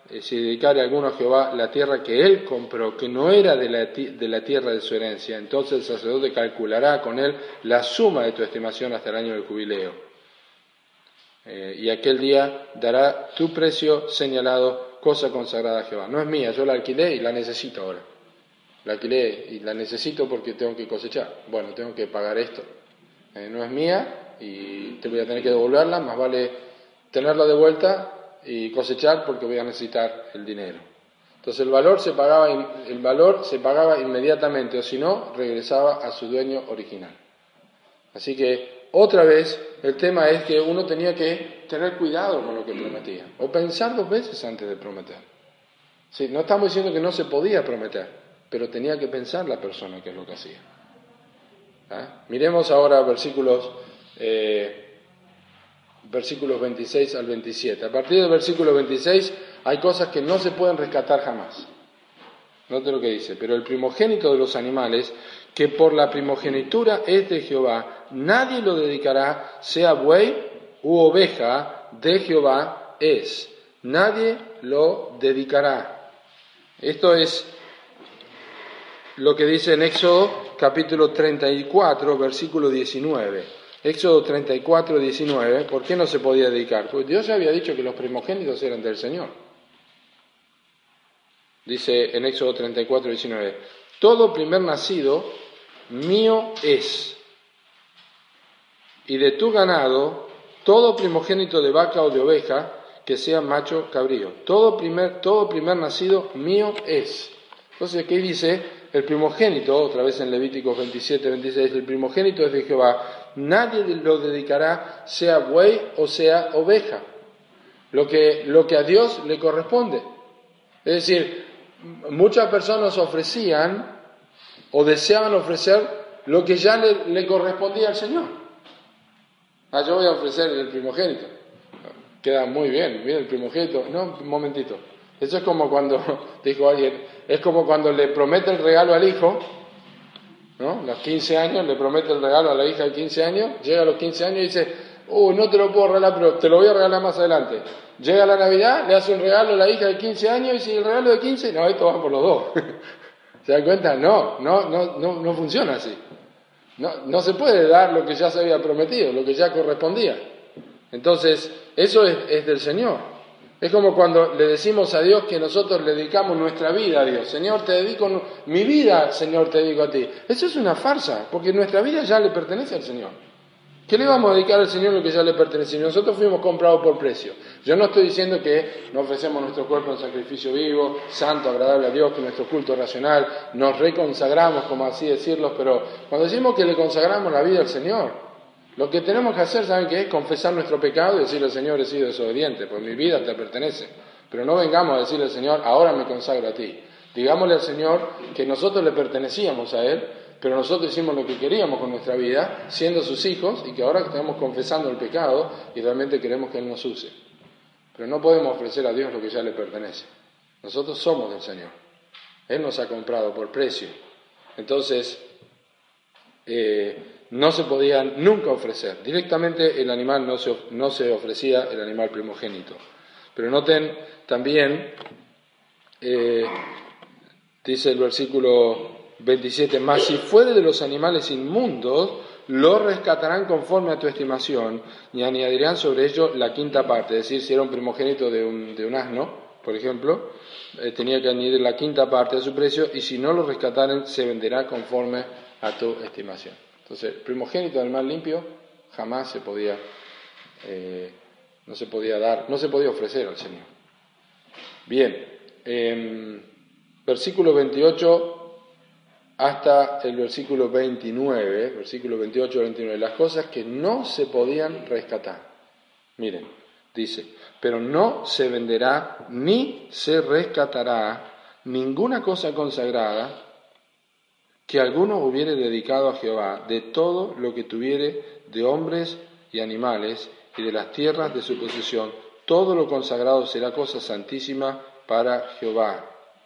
eh, si dedicare alguno a Jehová la tierra que él compró, que no era de la, de la tierra de su herencia, entonces el sacerdote calculará con él la suma de tu estimación hasta el año del jubileo. Eh, y aquel día dará tu precio señalado, cosa consagrada a Jehová. No es mía, yo la alquilé y la necesito ahora. La alquilé y la necesito porque tengo que cosechar. Bueno, tengo que pagar esto. Eh, no es mía y te voy a tener que devolverla, más vale tenerla de vuelta y cosechar porque voy a necesitar el dinero. Entonces el valor se pagaba, el valor se pagaba inmediatamente, o si no, regresaba a su dueño original. Así que otra vez el tema es que uno tenía que tener cuidado con lo que prometía, o pensar dos veces antes de prometer. Sí, no estamos diciendo que no se podía prometer, pero tenía que pensar la persona qué es lo que hacía. ¿Ah? Miremos ahora versículos eh, versículos veintiséis al veintisiete. A partir del versículo veintiséis hay cosas que no se pueden rescatar jamás. Note lo que dice: pero el primogénito de los animales, que por la primogenitura es de Jehová, nadie lo dedicará, sea buey u oveja, de Jehová es. Nadie lo dedicará. Esto es lo que dice en Éxodo capítulo treinta y cuatro, versículo diecinueve. Éxodo treinta y cuatro, diecinueve, ¿por qué no se podía dedicar? Pues Dios ya había dicho que los primogénitos eran del Señor. Dice en Éxodo treinta y cuatro, diecinueve, todo primer nacido mío es, y de tu ganado, todo primogénito de vaca o de oveja, que sea macho cabrío. Todo primer, todo primer nacido mío es. Entonces, ¿qué dice? El primogénito, otra vez en Levíticos veintisiete, veintiséis, el primogénito es de Jehová, nadie lo dedicará, sea buey o sea oveja, lo que, lo que a Dios le corresponde. Es decir, muchas personas ofrecían o deseaban ofrecer lo que ya le, le correspondía al Señor. Ah, yo voy a ofrecer el primogénito. Queda muy bien, mira el primogénito. No, un momentito. Eso es como cuando, dijo alguien, es como cuando le promete el regalo al hijo, ¿no? Los quince años, le promete el regalo a la hija de quince años, llega a los quince años y dice, uy, no te lo puedo regalar, pero te lo voy a regalar más adelante. Llega la Navidad, le hace un regalo a la hija de quince años y si el regalo de quince, no, esto va por los dos. ¿Se dan cuenta? No, no, no, no, no funciona así. No, no se puede dar lo que ya se había prometido, lo que ya correspondía. Entonces, eso es, es del Señor. Es como cuando le decimos a Dios que nosotros le dedicamos nuestra vida a Dios. Señor, te dedico mi vida, Señor, te dedico a ti. Eso es una farsa, porque nuestra vida ya le pertenece al Señor. ¿Qué le vamos a dedicar al Señor lo que ya le pertenece? Nosotros fuimos comprados por precio. Yo no estoy diciendo que no ofrecemos nuestro cuerpo en sacrificio vivo, santo, agradable a Dios, que nuestro culto racional, nos reconsagramos, como así decirlo, pero cuando decimos que le consagramos la vida al Señor, lo que tenemos que hacer, ¿saben qué es? Confesar nuestro pecado y decirle al Señor, he sido desobediente, pues mi vida te pertenece. Pero no vengamos a decirle al Señor, ahora me consagro a ti. Digámosle al Señor que nosotros le pertenecíamos a Él, pero nosotros hicimos lo que queríamos con nuestra vida, siendo sus hijos, y que ahora estamos confesando el pecado y realmente queremos que Él nos use. Pero no podemos ofrecer a Dios lo que ya le pertenece. Nosotros somos del Señor. Él nos ha comprado por precio. Entonces, eh, no se podía nunca ofrecer. Directamente el animal no se, no se ofrecía, el animal primogénito. Pero noten también, eh, dice el versículo veintisiete, mas si fuere de los animales inmundos, lo rescatarán conforme a tu estimación y añadirán sobre ello la quinta parte. Es decir, si era un primogénito de un, de un asno, por ejemplo, eh, tenía que añadir la quinta parte de su precio y si no lo rescataren, se venderá conforme a tu estimación. Entonces, el primogénito del animal limpio jamás se podía, eh, no se podía dar, no se podía ofrecer al Señor. Bien, eh, versículo veintiocho hasta el versículo veintinueve, versículo veintiocho al veintinueve, las cosas que no se podían rescatar. Miren, dice, pero no se venderá ni se rescatará ninguna cosa consagrada que alguno hubiere dedicado a Jehová de todo lo que tuviere de hombres y animales y de las tierras de su posesión, todo lo consagrado será cosa santísima para Jehová.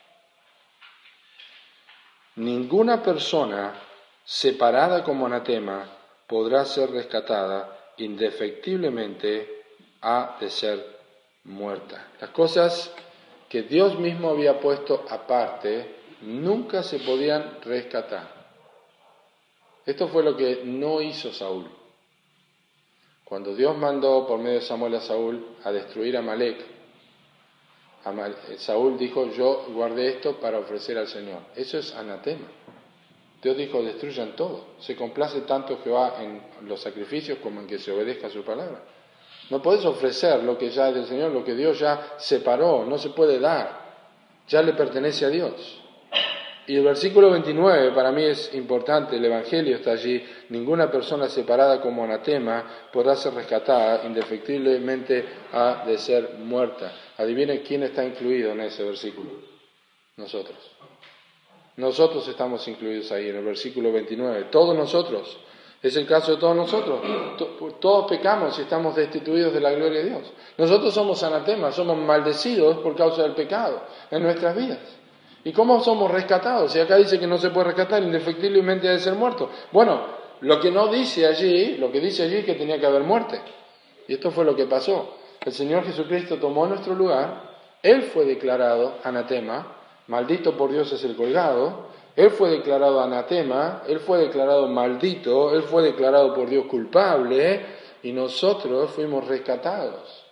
Ninguna persona separada como anatema podrá ser rescatada, indefectiblemente ha de ser muerta. Las cosas que Dios mismo había puesto aparte, nunca se podían rescatar. Esto fue lo que no hizo Saúl. Cuando Dios mandó por medio de Samuel a Saúl a destruir a Amalec, Amal- Saúl dijo, yo guardé esto para ofrecer al Señor. Eso es anatema. Dios dijo, destruyan todo. Se complace tanto Jehová en los sacrificios como en que se obedezca a su palabra. No podés ofrecer lo que ya es del Señor, lo que Dios ya separó, no se puede dar. Ya le pertenece a Dios. Y el versículo veintinueve para mí es importante, el Evangelio está allí, ninguna persona separada como anatema podrá ser rescatada, indefectiblemente ha de ser muerta. Adivinen quién está incluido en ese versículo. Nosotros. Nosotros estamos incluidos ahí en el versículo veintinueve, todos nosotros. Es el caso de todos nosotros. Todos pecamos y estamos destituidos de la gloria de Dios. Nosotros somos anatemas, somos maldecidos por causa del pecado en nuestras vidas. ¿Y cómo somos rescatados? Y acá dice que no se puede rescatar, indefectiblemente ha de ser muerto. Bueno, lo que no dice allí, lo que dice allí es que tenía que haber muerte. Y esto fue lo que pasó. El Señor Jesucristo tomó nuestro lugar, Él fue declarado anatema, maldito por Dios es el colgado, Él fue declarado anatema, Él fue declarado maldito, Él fue declarado por Dios culpable, y nosotros fuimos rescatados.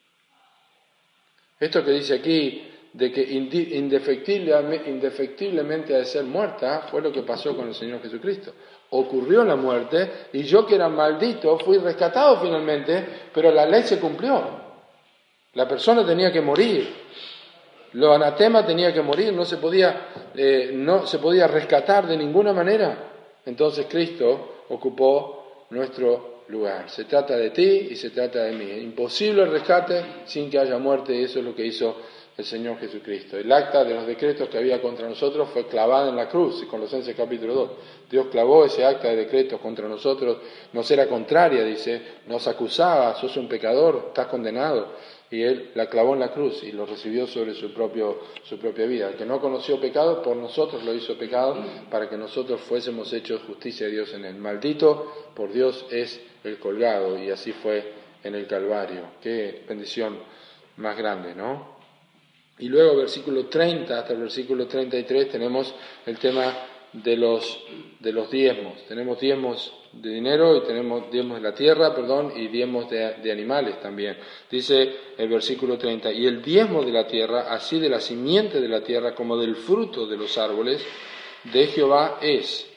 Esto que dice aquí, de que indefectiblemente, indefectiblemente ha de ser muerta, fue lo que pasó con el Señor Jesucristo. Ocurrió la muerte, y yo que era maldito, fui rescatado finalmente, pero la ley se cumplió. La persona tenía que morir. Lo anatema tenía que morir, no se podía, eh, no se podía rescatar de ninguna manera. Entonces Cristo ocupó nuestro lugar. Se trata de ti y se trata de mí. Es imposible el rescate sin que haya muerte, y eso es lo que hizo el Señor Jesucristo. El acta de los decretos que había contra nosotros fue clavada en la cruz, Colosenses capítulo dos. Dios clavó ese acta de decretos contra nosotros, nos era contraria, dice, nos acusaba, sos un pecador, estás condenado. Y Él la clavó en la cruz y lo recibió sobre su, propio, su propia vida. El que no conoció pecado, por nosotros lo hizo pecado, para que nosotros fuésemos hechos justicia de Dios en Él. Maldito por Dios es el colgado, y así fue en el Calvario. Qué bendición más grande, ¿no? Y luego, versículo treinta hasta el versículo treinta y tres, tenemos el tema de los, de los diezmos. Tenemos diezmos de dinero y tenemos diezmos de la tierra, perdón, y diezmos de, de animales también. Dice el versículo treinta, y el diezmo de la tierra, así de la simiente de la tierra como del fruto de los árboles, de Jehová es.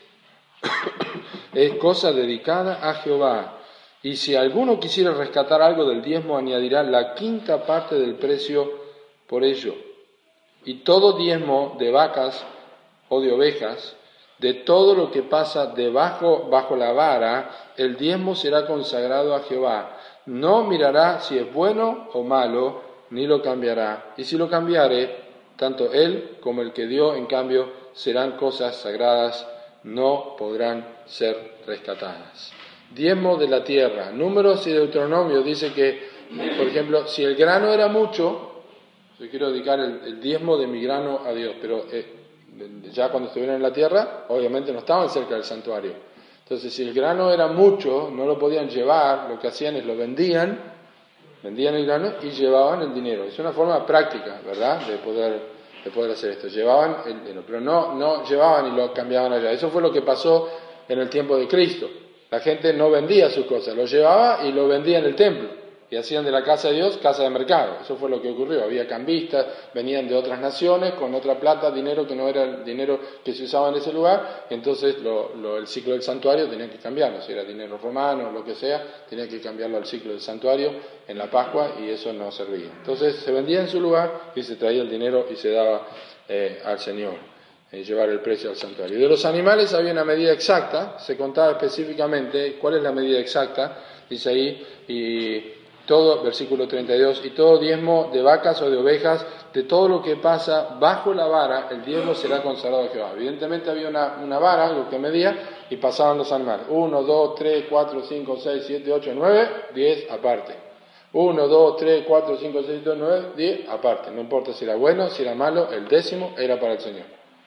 Es cosa dedicada a Jehová. Y si alguno quisiera rescatar algo del diezmo, añadirá la quinta parte del precio por ello. Y todo diezmo de vacas o de ovejas, de todo lo que pasa debajo, bajo la vara, el diezmo será consagrado a Jehová. No mirará si es bueno o malo, ni lo cambiará. Y si lo cambiare, tanto él como el que dio, en cambio, serán cosas sagradas, no podrán ser rescatadas. Diezmo de la tierra. Números y Deuteronomio dice que, por ejemplo, si el grano era mucho, yo quiero dedicar el, el diezmo de mi grano a Dios, pero eh, ya cuando estuvieron en la tierra, obviamente no estaban cerca del santuario. Entonces, si el grano era mucho, no lo podían llevar, lo que hacían es lo vendían, vendían el grano y llevaban el dinero. Es una forma práctica, ¿verdad?, de poder, de poder hacer esto. Llevaban el dinero, pero no, no llevaban y lo cambiaban allá. Eso fue lo que pasó en el tiempo de Cristo. La gente no vendía sus cosas, lo llevaba y lo vendía en el templo. Y hacían de la casa de Dios casa de mercado. Eso fue lo que ocurrió. Había cambistas, venían de otras naciones con otra plata, dinero que no era el dinero que se usaba en ese lugar. Y entonces lo, lo, el ciclo del santuario tenía que cambiarlo. Si era dinero romano o lo que sea, tenía que cambiarlo al ciclo del santuario en la Pascua, y eso no servía. Entonces se vendía en su lugar y se traía el dinero y se daba eh, al Señor. Eh, llevar el precio al santuario. De los animales había una medida exacta, se contaba específicamente cuál es la medida exacta, dice ahí, y todo, versículo treinta y dos, y todo diezmo de vacas o de ovejas, de todo lo que pasa bajo la vara, el diezmo será consagrado a Jehová. Evidentemente había una, una vara, algo que medía, y pasaban los animales. Uno, dos, tres, cuatro, cinco, seis, siete, ocho, nueve, diez aparte. Uno, dos, tres, cuatro, cinco, seis, siete, nueve, diez aparte. No importa si era bueno, si era malo, el décimo era para el Señor.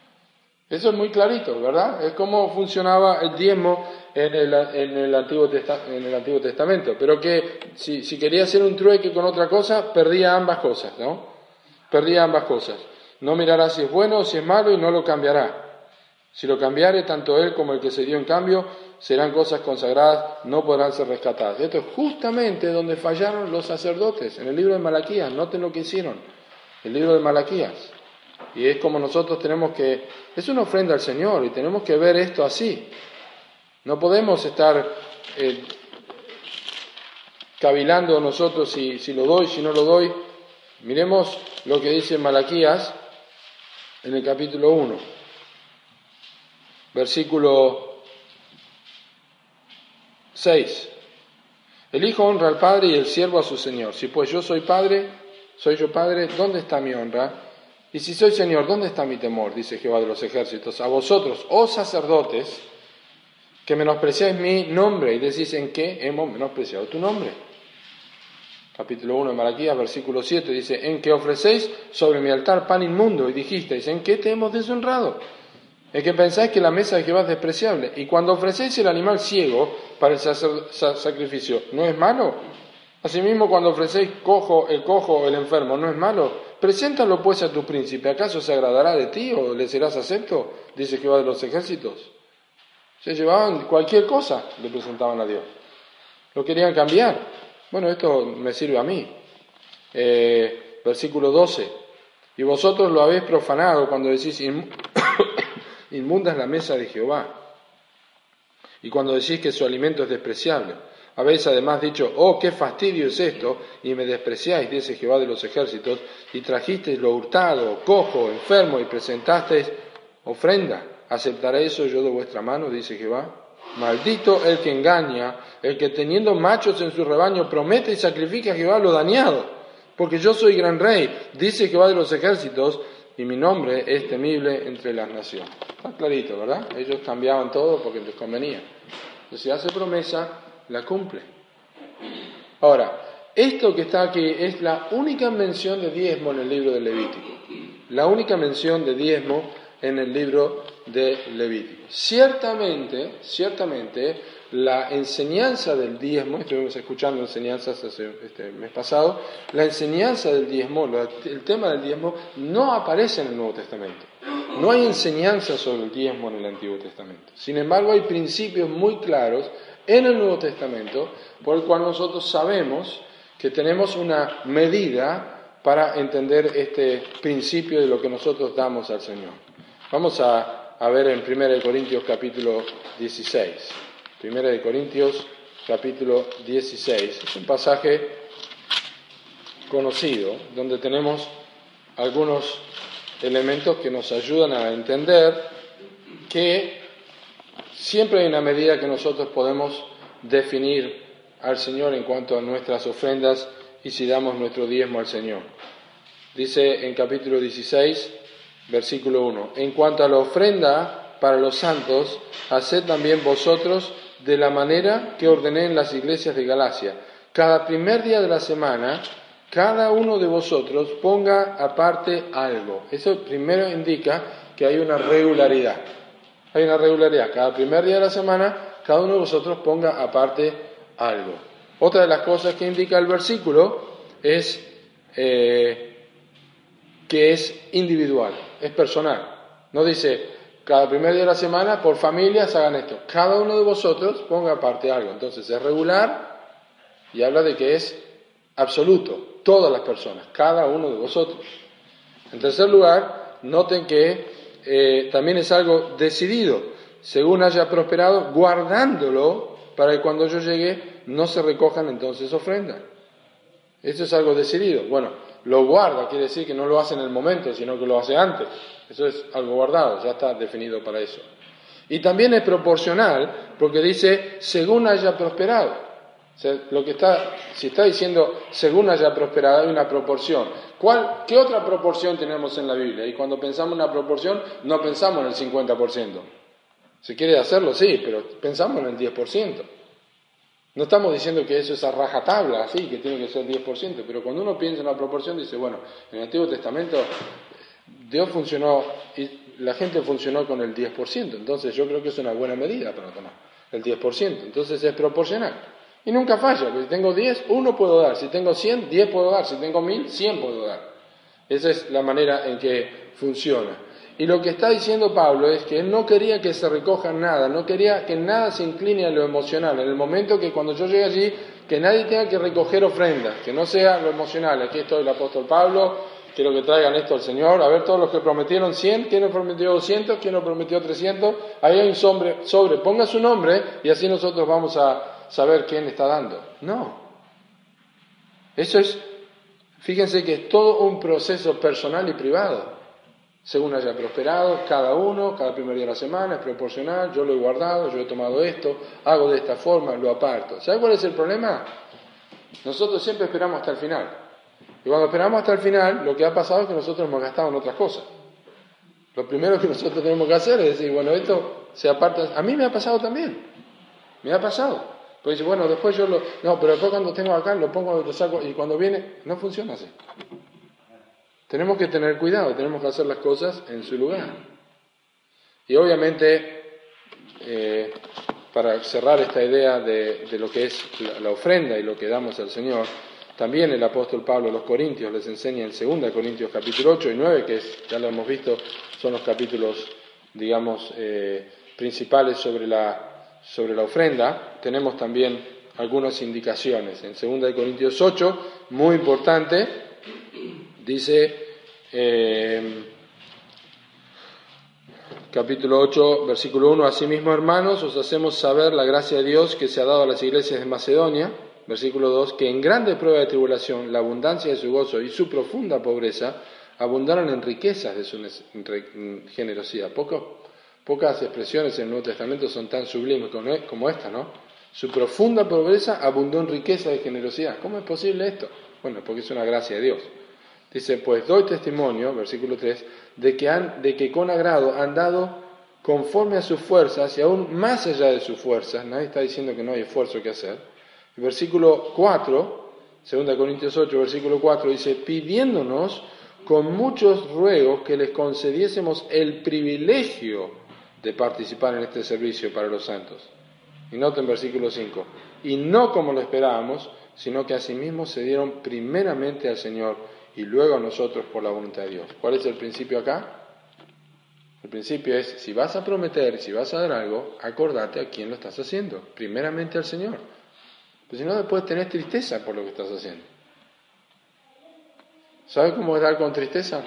Eso es muy clarito, ¿verdad? Es como funcionaba el diezmo en el, en el, Antiguo, Testa, en el Antiguo Testamento. Pero que si, si quería hacer un trueque con otra cosa, perdía ambas cosas, ¿no? perdía ambas cosas. No mirará si es bueno o si es malo y no lo cambiará. Si lo cambiare, tanto él como el que se dio en cambio serán cosas consagradas, no podrán ser rescatadas. Esto es justamente donde fallaron los sacerdotes, en el libro de Malaquías. Noten lo que hicieron, el libro de Malaquías. Y es como nosotros tenemos que, es una ofrenda al Señor y tenemos que ver esto así. No podemos estar eh, cavilando nosotros si, si lo doy, si no lo doy. Miremos lo que dice Malaquías en el capítulo uno, versículo seis. El hijo honra al padre y el siervo a su señor. Si pues yo soy padre, soy yo padre, ¿dónde está mi honra? Y si soy señor, ¿dónde está mi temor? Dice Jehová de los ejércitos. A vosotros, oh sacerdotes, que menospreciáis mi nombre y decís, ¿en qué hemos menospreciado tu nombre? Capítulo uno de Malaquías, versículo siete, dice, en que ofrecéis sobre mi altar pan inmundo, y dijisteis, ¿en qué te hemos deshonrado? En que pensáis que la mesa de Jehová es despreciable, y cuando ofrecéis el animal ciego para el sacer- sa- sacrificio, ¿no es malo? Asimismo, cuando ofrecéis cojo, el cojo o el enfermo, ¿no es malo? Preséntalo pues a tu príncipe, ¿acaso se agradará de ti o le serás acepto? Dice Jehová de los ejércitos. Se llevaban cualquier cosa, le presentaban a Dios. Lo querían cambiar. Bueno, esto me sirve a mí. Eh, versículo doce. Y vosotros lo habéis profanado cuando decís, inmunda es la mesa de Jehová. Y cuando decís que su alimento es despreciable. Habéis además dicho, oh, qué fastidio es esto, y me despreciáis, dice Jehová de los ejércitos, y trajisteis lo hurtado, cojo, enfermo, y presentasteis ofrenda. ¿Aceptaré eso yo de vuestra mano? Dice Jehová. Maldito el que engaña, el que teniendo machos en su rebaño promete y sacrifica a Jehová lo dañado, porque yo soy gran rey, dice Jehová de los ejércitos, y mi nombre es temible entre las naciones. Está clarito, ¿verdad? Ellos cambiaban todo porque les convenía. Entonces, si hace promesa, la cumple. Ahora, esto que está aquí es la única mención de diezmo en el libro de Levítico. La única mención de diezmo en el libro de Levítico. Ciertamente, ciertamente, la enseñanza del diezmo, estuvimos escuchando enseñanzas hace, este mes pasado, la enseñanza del diezmo, el tema del diezmo, no aparece en el Nuevo Testamento. No hay enseñanza sobre el diezmo en el Antiguo Testamento. Sin embargo, hay principios muy claros en el Nuevo Testamento por el cual nosotros sabemos que tenemos una medida para entender este principio de lo que nosotros damos al Señor. Vamos a, a ver en primera de Corintios capítulo dieciséis. primera de Corintios capítulo dieciséis. Es un pasaje conocido donde tenemos algunos elementos que nos ayudan a entender que siempre hay una medida que nosotros podemos definir al Señor en cuanto a nuestras ofrendas y si damos nuestro diezmo al Señor. Dice en capítulo dieciséis, versículo uno, en cuanto a la ofrenda para los santos, haced también vosotros de la manera que ordené en las iglesias de Galacia. Cada primer día de la semana, cada uno de vosotros ponga aparte algo. Eso primero indica que hay una regularidad. Hay una regularidad. Cada primer día de la semana, cada uno de vosotros ponga aparte algo. Otra de las cosas que indica el versículo es eh, que es individual, es personal. No dice, cada primer día de la semana, por familias hagan esto. Cada uno de vosotros ponga aparte algo. Entonces es regular y habla de que es absoluto. Todas las personas, cada uno de vosotros. En tercer lugar, noten que eh, también es algo decidido, según haya prosperado, guardándolo para que cuando yo llegue no se recojan entonces ofrendas. Eso es algo decidido. Bueno, lo guarda, quiere decir que no lo hace en el momento, sino que lo hace antes. Eso es algo guardado, ya está definido para eso. Y también es proporcional, porque dice, según haya prosperado. O sea, lo que está, si está diciendo según haya prosperado, hay una proporción. ¿Cuál, ¿Qué otra proporción tenemos en la Biblia? Y cuando pensamos en una proporción, no pensamos en el cincuenta por ciento. Si quiere hacerlo, sí, pero pensamos en el diez por ciento. No estamos diciendo que eso es a rajatabla, así, que tiene que ser diez por ciento, pero cuando uno piensa en una proporción, dice, bueno, en el Antiguo Testamento Dios funcionó, y la gente funcionó con el diez por ciento, entonces yo creo que es una buena medida para tomar, el diez por ciento, entonces es proporcional. Y nunca falla, porque si tengo diez, uno puedo dar, si tengo cien, diez puedo dar, si tengo mil, cien puedo dar. Esa es la manera en que funciona. Y lo que está diciendo Pablo es que él no quería que se recoja nada, no quería que nada se incline a lo emocional. En el momento que cuando yo llegue allí, que nadie tenga que recoger ofrendas, que no sea lo emocional. Aquí estoy el apóstol Pablo, quiero que traigan esto al Señor. A ver, todos los que prometieron cien, ¿quién nos prometió doscientos? ¿Quién nos prometió trescientos? Ahí hay un sobre, sobre, ponga su nombre y así nosotros vamos a saber quién está dando. No. Eso es, fíjense que es todo un proceso personal y privado. Según haya prosperado, cada uno, cada primer día de la semana, es proporcional, yo lo he guardado, yo he tomado esto, hago de esta forma, lo aparto. ¿Sabe cuál es el problema? Nosotros siempre esperamos hasta el final. Y cuando esperamos hasta el final, lo que ha pasado es que nosotros hemos gastado en otras cosas. Lo primero que nosotros tenemos que hacer es decir, bueno, esto se aparta. A mí me ha pasado también. Me ha pasado. Pues dice, bueno, después yo lo... No, pero después cuando tengo acá, lo pongo, lo saco, y cuando viene, no funciona así. Tenemos que tener cuidado, tenemos que hacer las cosas en su lugar. Y obviamente, eh, para cerrar esta idea de, de lo que es la, la ofrenda y lo que damos al Señor, también el apóstol Pablo a los Corintios les enseña en segunda Corintios capítulo ocho y nueve, que es, ya lo hemos visto, son los capítulos, digamos, eh, principales sobre la, sobre la ofrenda. Tenemos también algunas indicaciones. En segunda Corintios ocho, muy importante, dice, eh, capítulo ocho, versículo uno, asimismo, hermanos, os hacemos saber la gracia de Dios que se ha dado a las iglesias de Macedonia, versículo dos, que en grande prueba de tribulación, la abundancia de su gozo y su profunda pobreza abundaron en riquezas de su generosidad. Poco, pocas expresiones en el Nuevo Testamento son tan sublimes como esta, ¿no? Su profunda pobreza abundó en riqueza de generosidad. ¿Cómo es posible esto? Bueno, porque es una gracia de Dios. Dice, pues doy testimonio, versículo tres, de que, han, de que con agrado han dado conforme a sus fuerzas y aún más allá de sus fuerzas. Nadie está diciendo que no hay esfuerzo que hacer. El versículo cuatro, segunda Corintios ocho, versículo cuatro, dice, pidiéndonos con muchos ruegos que les concediésemos el privilegio de participar en este servicio para los santos. Y noten versículo cinco, y no como lo esperábamos, sino que asimismo se dieron primeramente al Señor y luego a nosotros por la voluntad de Dios. ¿Cuál es el principio acá? El principio es, si vas a prometer, si vas a dar algo, acordate a quién lo estás haciendo. Primeramente al Señor. Pues si no, después tenés tristeza por lo que estás haciendo. ¿Sabes cómo es dar con tristeza?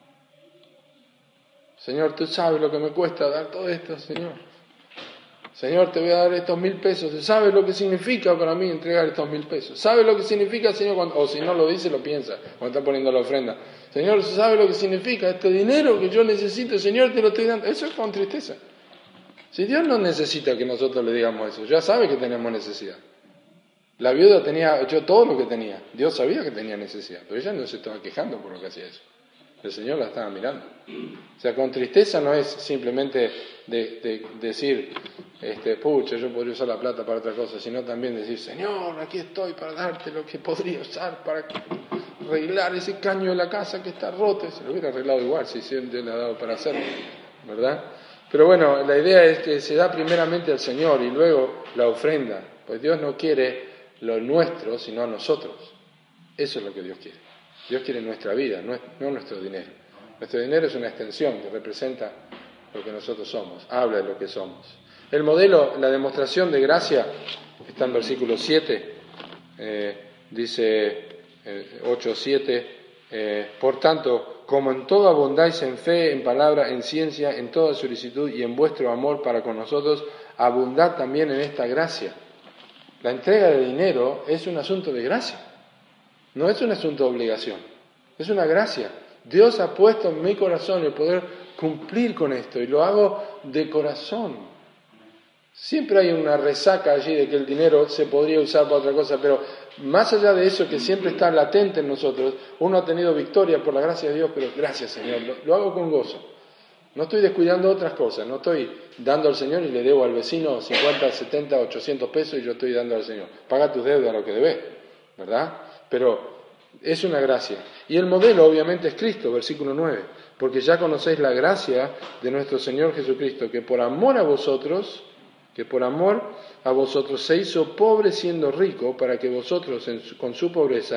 Señor, tú sabes lo que me cuesta dar todo esto, Señor. Señor, te voy a dar estos mil pesos. ¿Sabes lo que significa para mí entregar estos mil pesos? ¿Sabes lo que significa, Señor? Cuando, o si no lo dice, lo piensa cuando está poniendo la ofrenda. Señor, ¿sabe lo que significa este dinero que yo necesito? Señor, te lo estoy dando. Eso es con tristeza. Si Dios no necesita que nosotros le digamos eso, ya sabe que tenemos necesidad. La viuda tenía hecho todo lo que tenía. Dios sabía que tenía necesidad, pero ella no se estaba quejando por lo que hacía eso. El Señor la estaba mirando. O sea, con tristeza no es simplemente de, de, de decir, este, pucha, yo podría usar la plata para otra cosa, sino también decir, Señor, aquí estoy para darte lo que podría usar para arreglar ese caño de la casa que está roto. Se lo hubiera arreglado igual si Dios le ha dado para hacerlo, ¿verdad? Pero bueno, la idea es que se da primeramente al Señor y luego la ofrenda, pues Dios no quiere lo nuestro, sino a nosotros. Eso es lo que Dios quiere. Dios quiere nuestra vida, no, no nuestro dinero. Nuestro dinero es una extensión que representa lo que nosotros somos, habla de lo que somos. El modelo, la demostración de gracia, está en versículo siete, eh, dice eh, ocho siete, eh, por tanto, como en todo abundáis en fe, en palabra, en ciencia, en toda solicitud y en vuestro amor para con nosotros, abundad también en esta gracia. La entrega de dinero es un asunto de gracia. No es un asunto de obligación, es una gracia. Dios ha puesto en mi corazón el poder cumplir con esto y lo hago de corazón. Siempre hay una resaca allí de que el dinero se podría usar para otra cosa, pero más allá de eso que siempre está latente en nosotros, uno ha tenido victoria por la gracia de Dios, pero gracias Señor, lo, lo hago con gozo. No estoy descuidando otras cosas, no estoy dando al Señor y le debo al vecino cincuenta, setenta, ochocientos pesos y yo estoy dando al Señor. Paga tus deudas lo que debes, ¿verdad? Pero es una gracia. Y el modelo obviamente es Cristo, versículo nueve, porque ya conocéis la gracia de nuestro Señor Jesucristo, que por amor a vosotros, que por amor a vosotros se hizo pobre siendo rico, para que vosotros en su, con su pobreza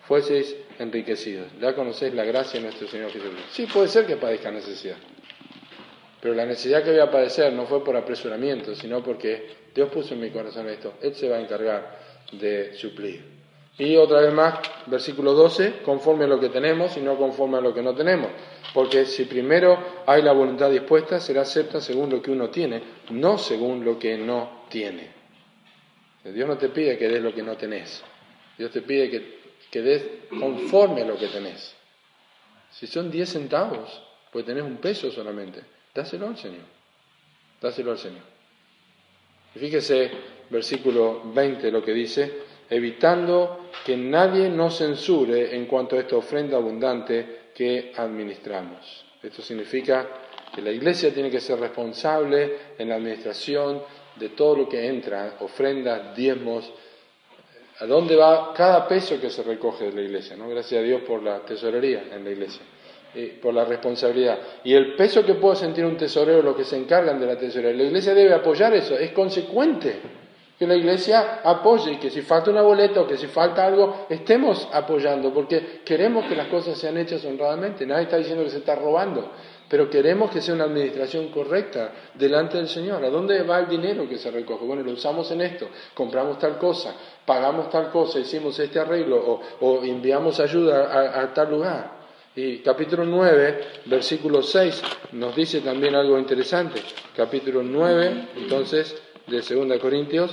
fueseis enriquecidos. Ya conocéis la gracia de nuestro Señor Jesucristo. Sí, puede ser que padezca necesidad, pero la necesidad que voy a padecer no fue por apresuramiento, sino porque Dios puso en mi corazón esto. Él se va a encargar de suplir. Y otra vez más, versículo doce, conforme a lo que tenemos y no conforme a lo que no tenemos. Porque si primero hay la voluntad dispuesta, será acepta según lo que uno tiene, no según lo que no tiene. Dios no te pide que des lo que no tenés. Dios te pide que, que des conforme a lo que tenés. Si son diez centavos, pues tenés un peso solamente, dáselo al Señor. Dáselo al Señor. Y fíjese, versículo veinte, lo que dice: evitando que nadie nos censure en cuanto a esta ofrenda abundante que administramos. Esto significa que la Iglesia tiene que ser responsable en la administración de todo lo que entra, ofrendas, diezmos, a dónde va cada peso que se recoge de la Iglesia, ¿no? Gracias a Dios por la tesorería en la Iglesia, eh, por la responsabilidad. Y el peso que puede sentir un tesorero, los que se encargan de la tesorería, la Iglesia debe apoyar eso, es consecuente que la Iglesia apoye y que si falta una boleta o que si falta algo, estemos apoyando, porque queremos que las cosas sean hechas honradamente. Nadie está diciendo que se está robando, pero queremos que sea una administración correcta delante del Señor. ¿A dónde va el dinero que se recoge? Bueno, lo usamos en esto, compramos tal cosa, pagamos tal cosa, hicimos este arreglo o, o enviamos ayuda a, a tal lugar. Y capítulo nueve, versículo seis, nos dice también algo interesante. Capítulo nueve, entonces, de segunda de Corintios,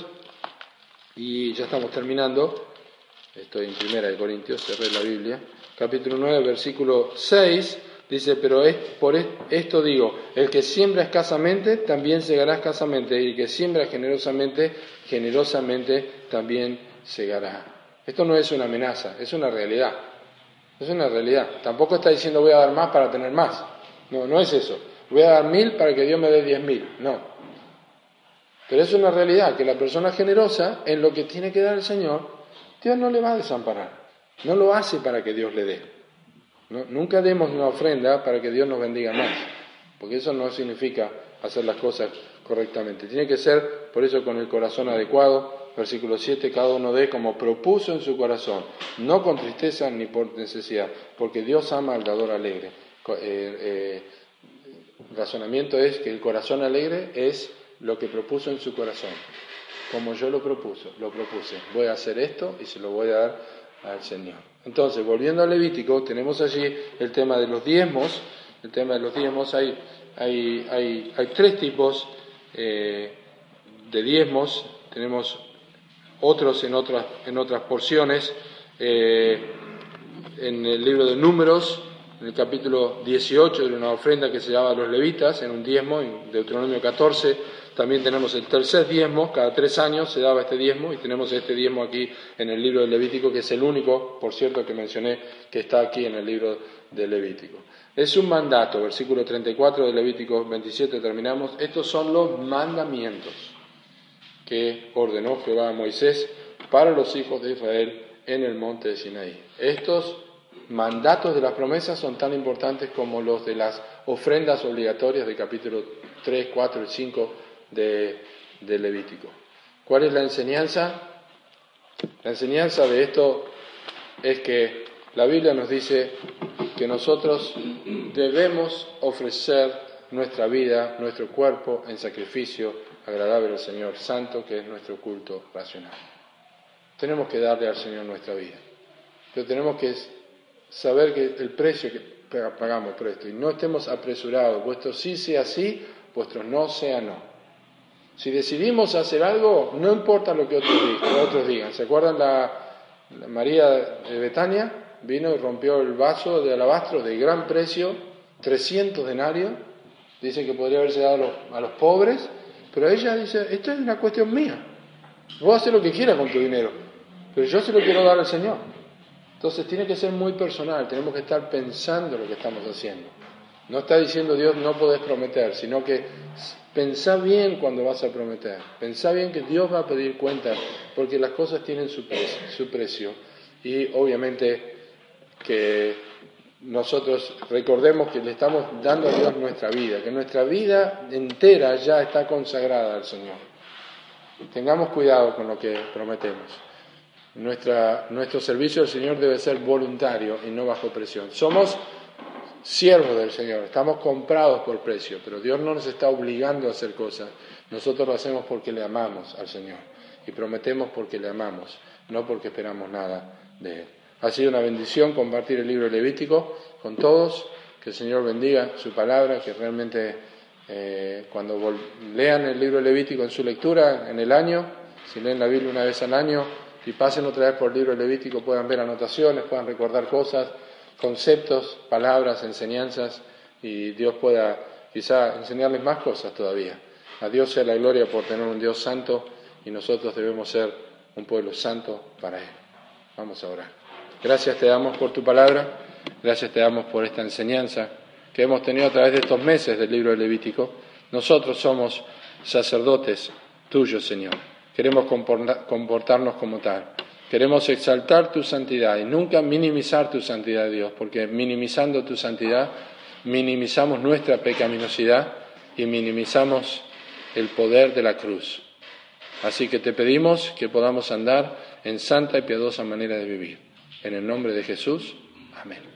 y ya estamos terminando. Estoy en primera de Corintios, cerré la Biblia. Capítulo nueve, versículo seis, dice: pero es, por esto digo, el que siembra escasamente, también segará escasamente, y el que siembra generosamente, generosamente también segará. Esto no es una amenaza, es una realidad. Es una realidad. Tampoco está diciendo voy a dar más para tener más. No, no es eso. Voy a dar mil para que Dios me dé diez mil. No. Pero es una realidad que la persona generosa, en lo que tiene que dar el Señor, Dios no le va a desamparar. No lo hace para que Dios le dé. No, nunca demos una ofrenda para que Dios nos bendiga más, porque eso no significa hacer las cosas correctamente. Tiene que ser, por eso, con el corazón adecuado. Versículo siete, cada uno dé como propuso en su corazón, no con tristeza ni por necesidad, porque Dios ama al dador alegre. Eh, eh, el razonamiento es que el corazón alegre es lo que propuso en su corazón, como yo lo propuso, lo propuse. Voy a hacer esto y se lo voy a dar al Señor. Entonces, volviendo al Levítico, tenemos allí el tema de los diezmos. El tema de los diezmos, hay, hay, hay, hay tres tipos eh, de diezmos. Tenemos otros en otras, en otras porciones. Eh, en el libro de Números, en el capítulo dieciocho, de una ofrenda que se llama a los levitas, en un diezmo, en Deuteronomio catorce, también tenemos el tercer diezmo, cada tres años se daba este diezmo, y tenemos este diezmo aquí en el libro del Levítico, que es el único, por cierto, que mencioné, que está aquí en el libro del Levítico. Es un mandato, versículo treinta y cuatro de Levítico veintisiete, terminamos. Estos son los mandamientos que ordenó Jehová a Moisés para los hijos de Israel en el monte de Sinaí. Estos mandatos de las promesas son tan importantes como los de las ofrendas obligatorias del capítulo tres, cuatro y cinco de, de Levítico. ¿Cuál es la enseñanza? La enseñanza de esto es que la Biblia nos dice que nosotros debemos ofrecer nuestra vida, nuestro cuerpo en sacrificio agradable al Señor, santo, que es nuestro culto racional. Tenemos que darle al Señor nuestra vida, pero tenemos que saber que el precio que pagamos por esto, y no estemos apresurados, vuestro sí sea sí, vuestro no sea no. Si decidimos hacer algo, no importa lo que otros digan. Otros digan. ¿Se acuerdan la, la María de Betania? Vino y rompió el vaso de alabastro de gran precio, trescientos denarios, dice que podría haberse dado a los, a los pobres, pero ella dice, esto es una cuestión mía, vos haces lo que quieras con tu dinero, pero yo se lo quiero dar al Señor. Entonces tiene que ser muy personal, tenemos que estar pensando lo que estamos haciendo. No está diciendo Dios no podés prometer, sino que pensá bien cuando vas a prometer, pensá bien que Dios va a pedir cuentas, porque las cosas tienen su precio, su precio. Y obviamente que nosotros recordemos que le estamos dando a Dios nuestra vida, que nuestra vida entera ya está consagrada al Señor. Tengamos cuidado con lo que prometemos. Nuestra, nuestro servicio al Señor debe ser voluntario y no bajo presión. Somos siervos del Señor, estamos comprados por precio, pero Dios no nos está obligando a hacer cosas. Nosotros lo hacemos porque le amamos al Señor y prometemos porque le amamos, no porque esperamos nada de Él. Ha sido una bendición compartir el libro Levítico con todos. Que el Señor bendiga su palabra, que realmente eh, cuando vol- lean el libro Levítico en su lectura en el año, si leen la Biblia una vez al año y pasen otra vez por el libro Levítico, puedan ver anotaciones, puedan recordar cosas, conceptos, palabras, enseñanzas, y Dios pueda quizá enseñarles más cosas todavía. A Dios sea la gloria por tener un Dios santo, y nosotros debemos ser un pueblo santo para Él. Vamos a orar. Gracias te damos por tu palabra, gracias te damos por esta enseñanza que hemos tenido a través de estos meses del libro de Levítico. Nosotros somos sacerdotes tuyos, Señor. Queremos comportarnos como tal. Queremos exaltar tu santidad y nunca minimizar tu santidad, Dios, porque minimizando tu santidad, minimizamos nuestra pecaminosidad y minimizamos el poder de la cruz. Así que te pedimos que podamos andar en santa y piadosa manera de vivir. En el nombre de Jesús, amén.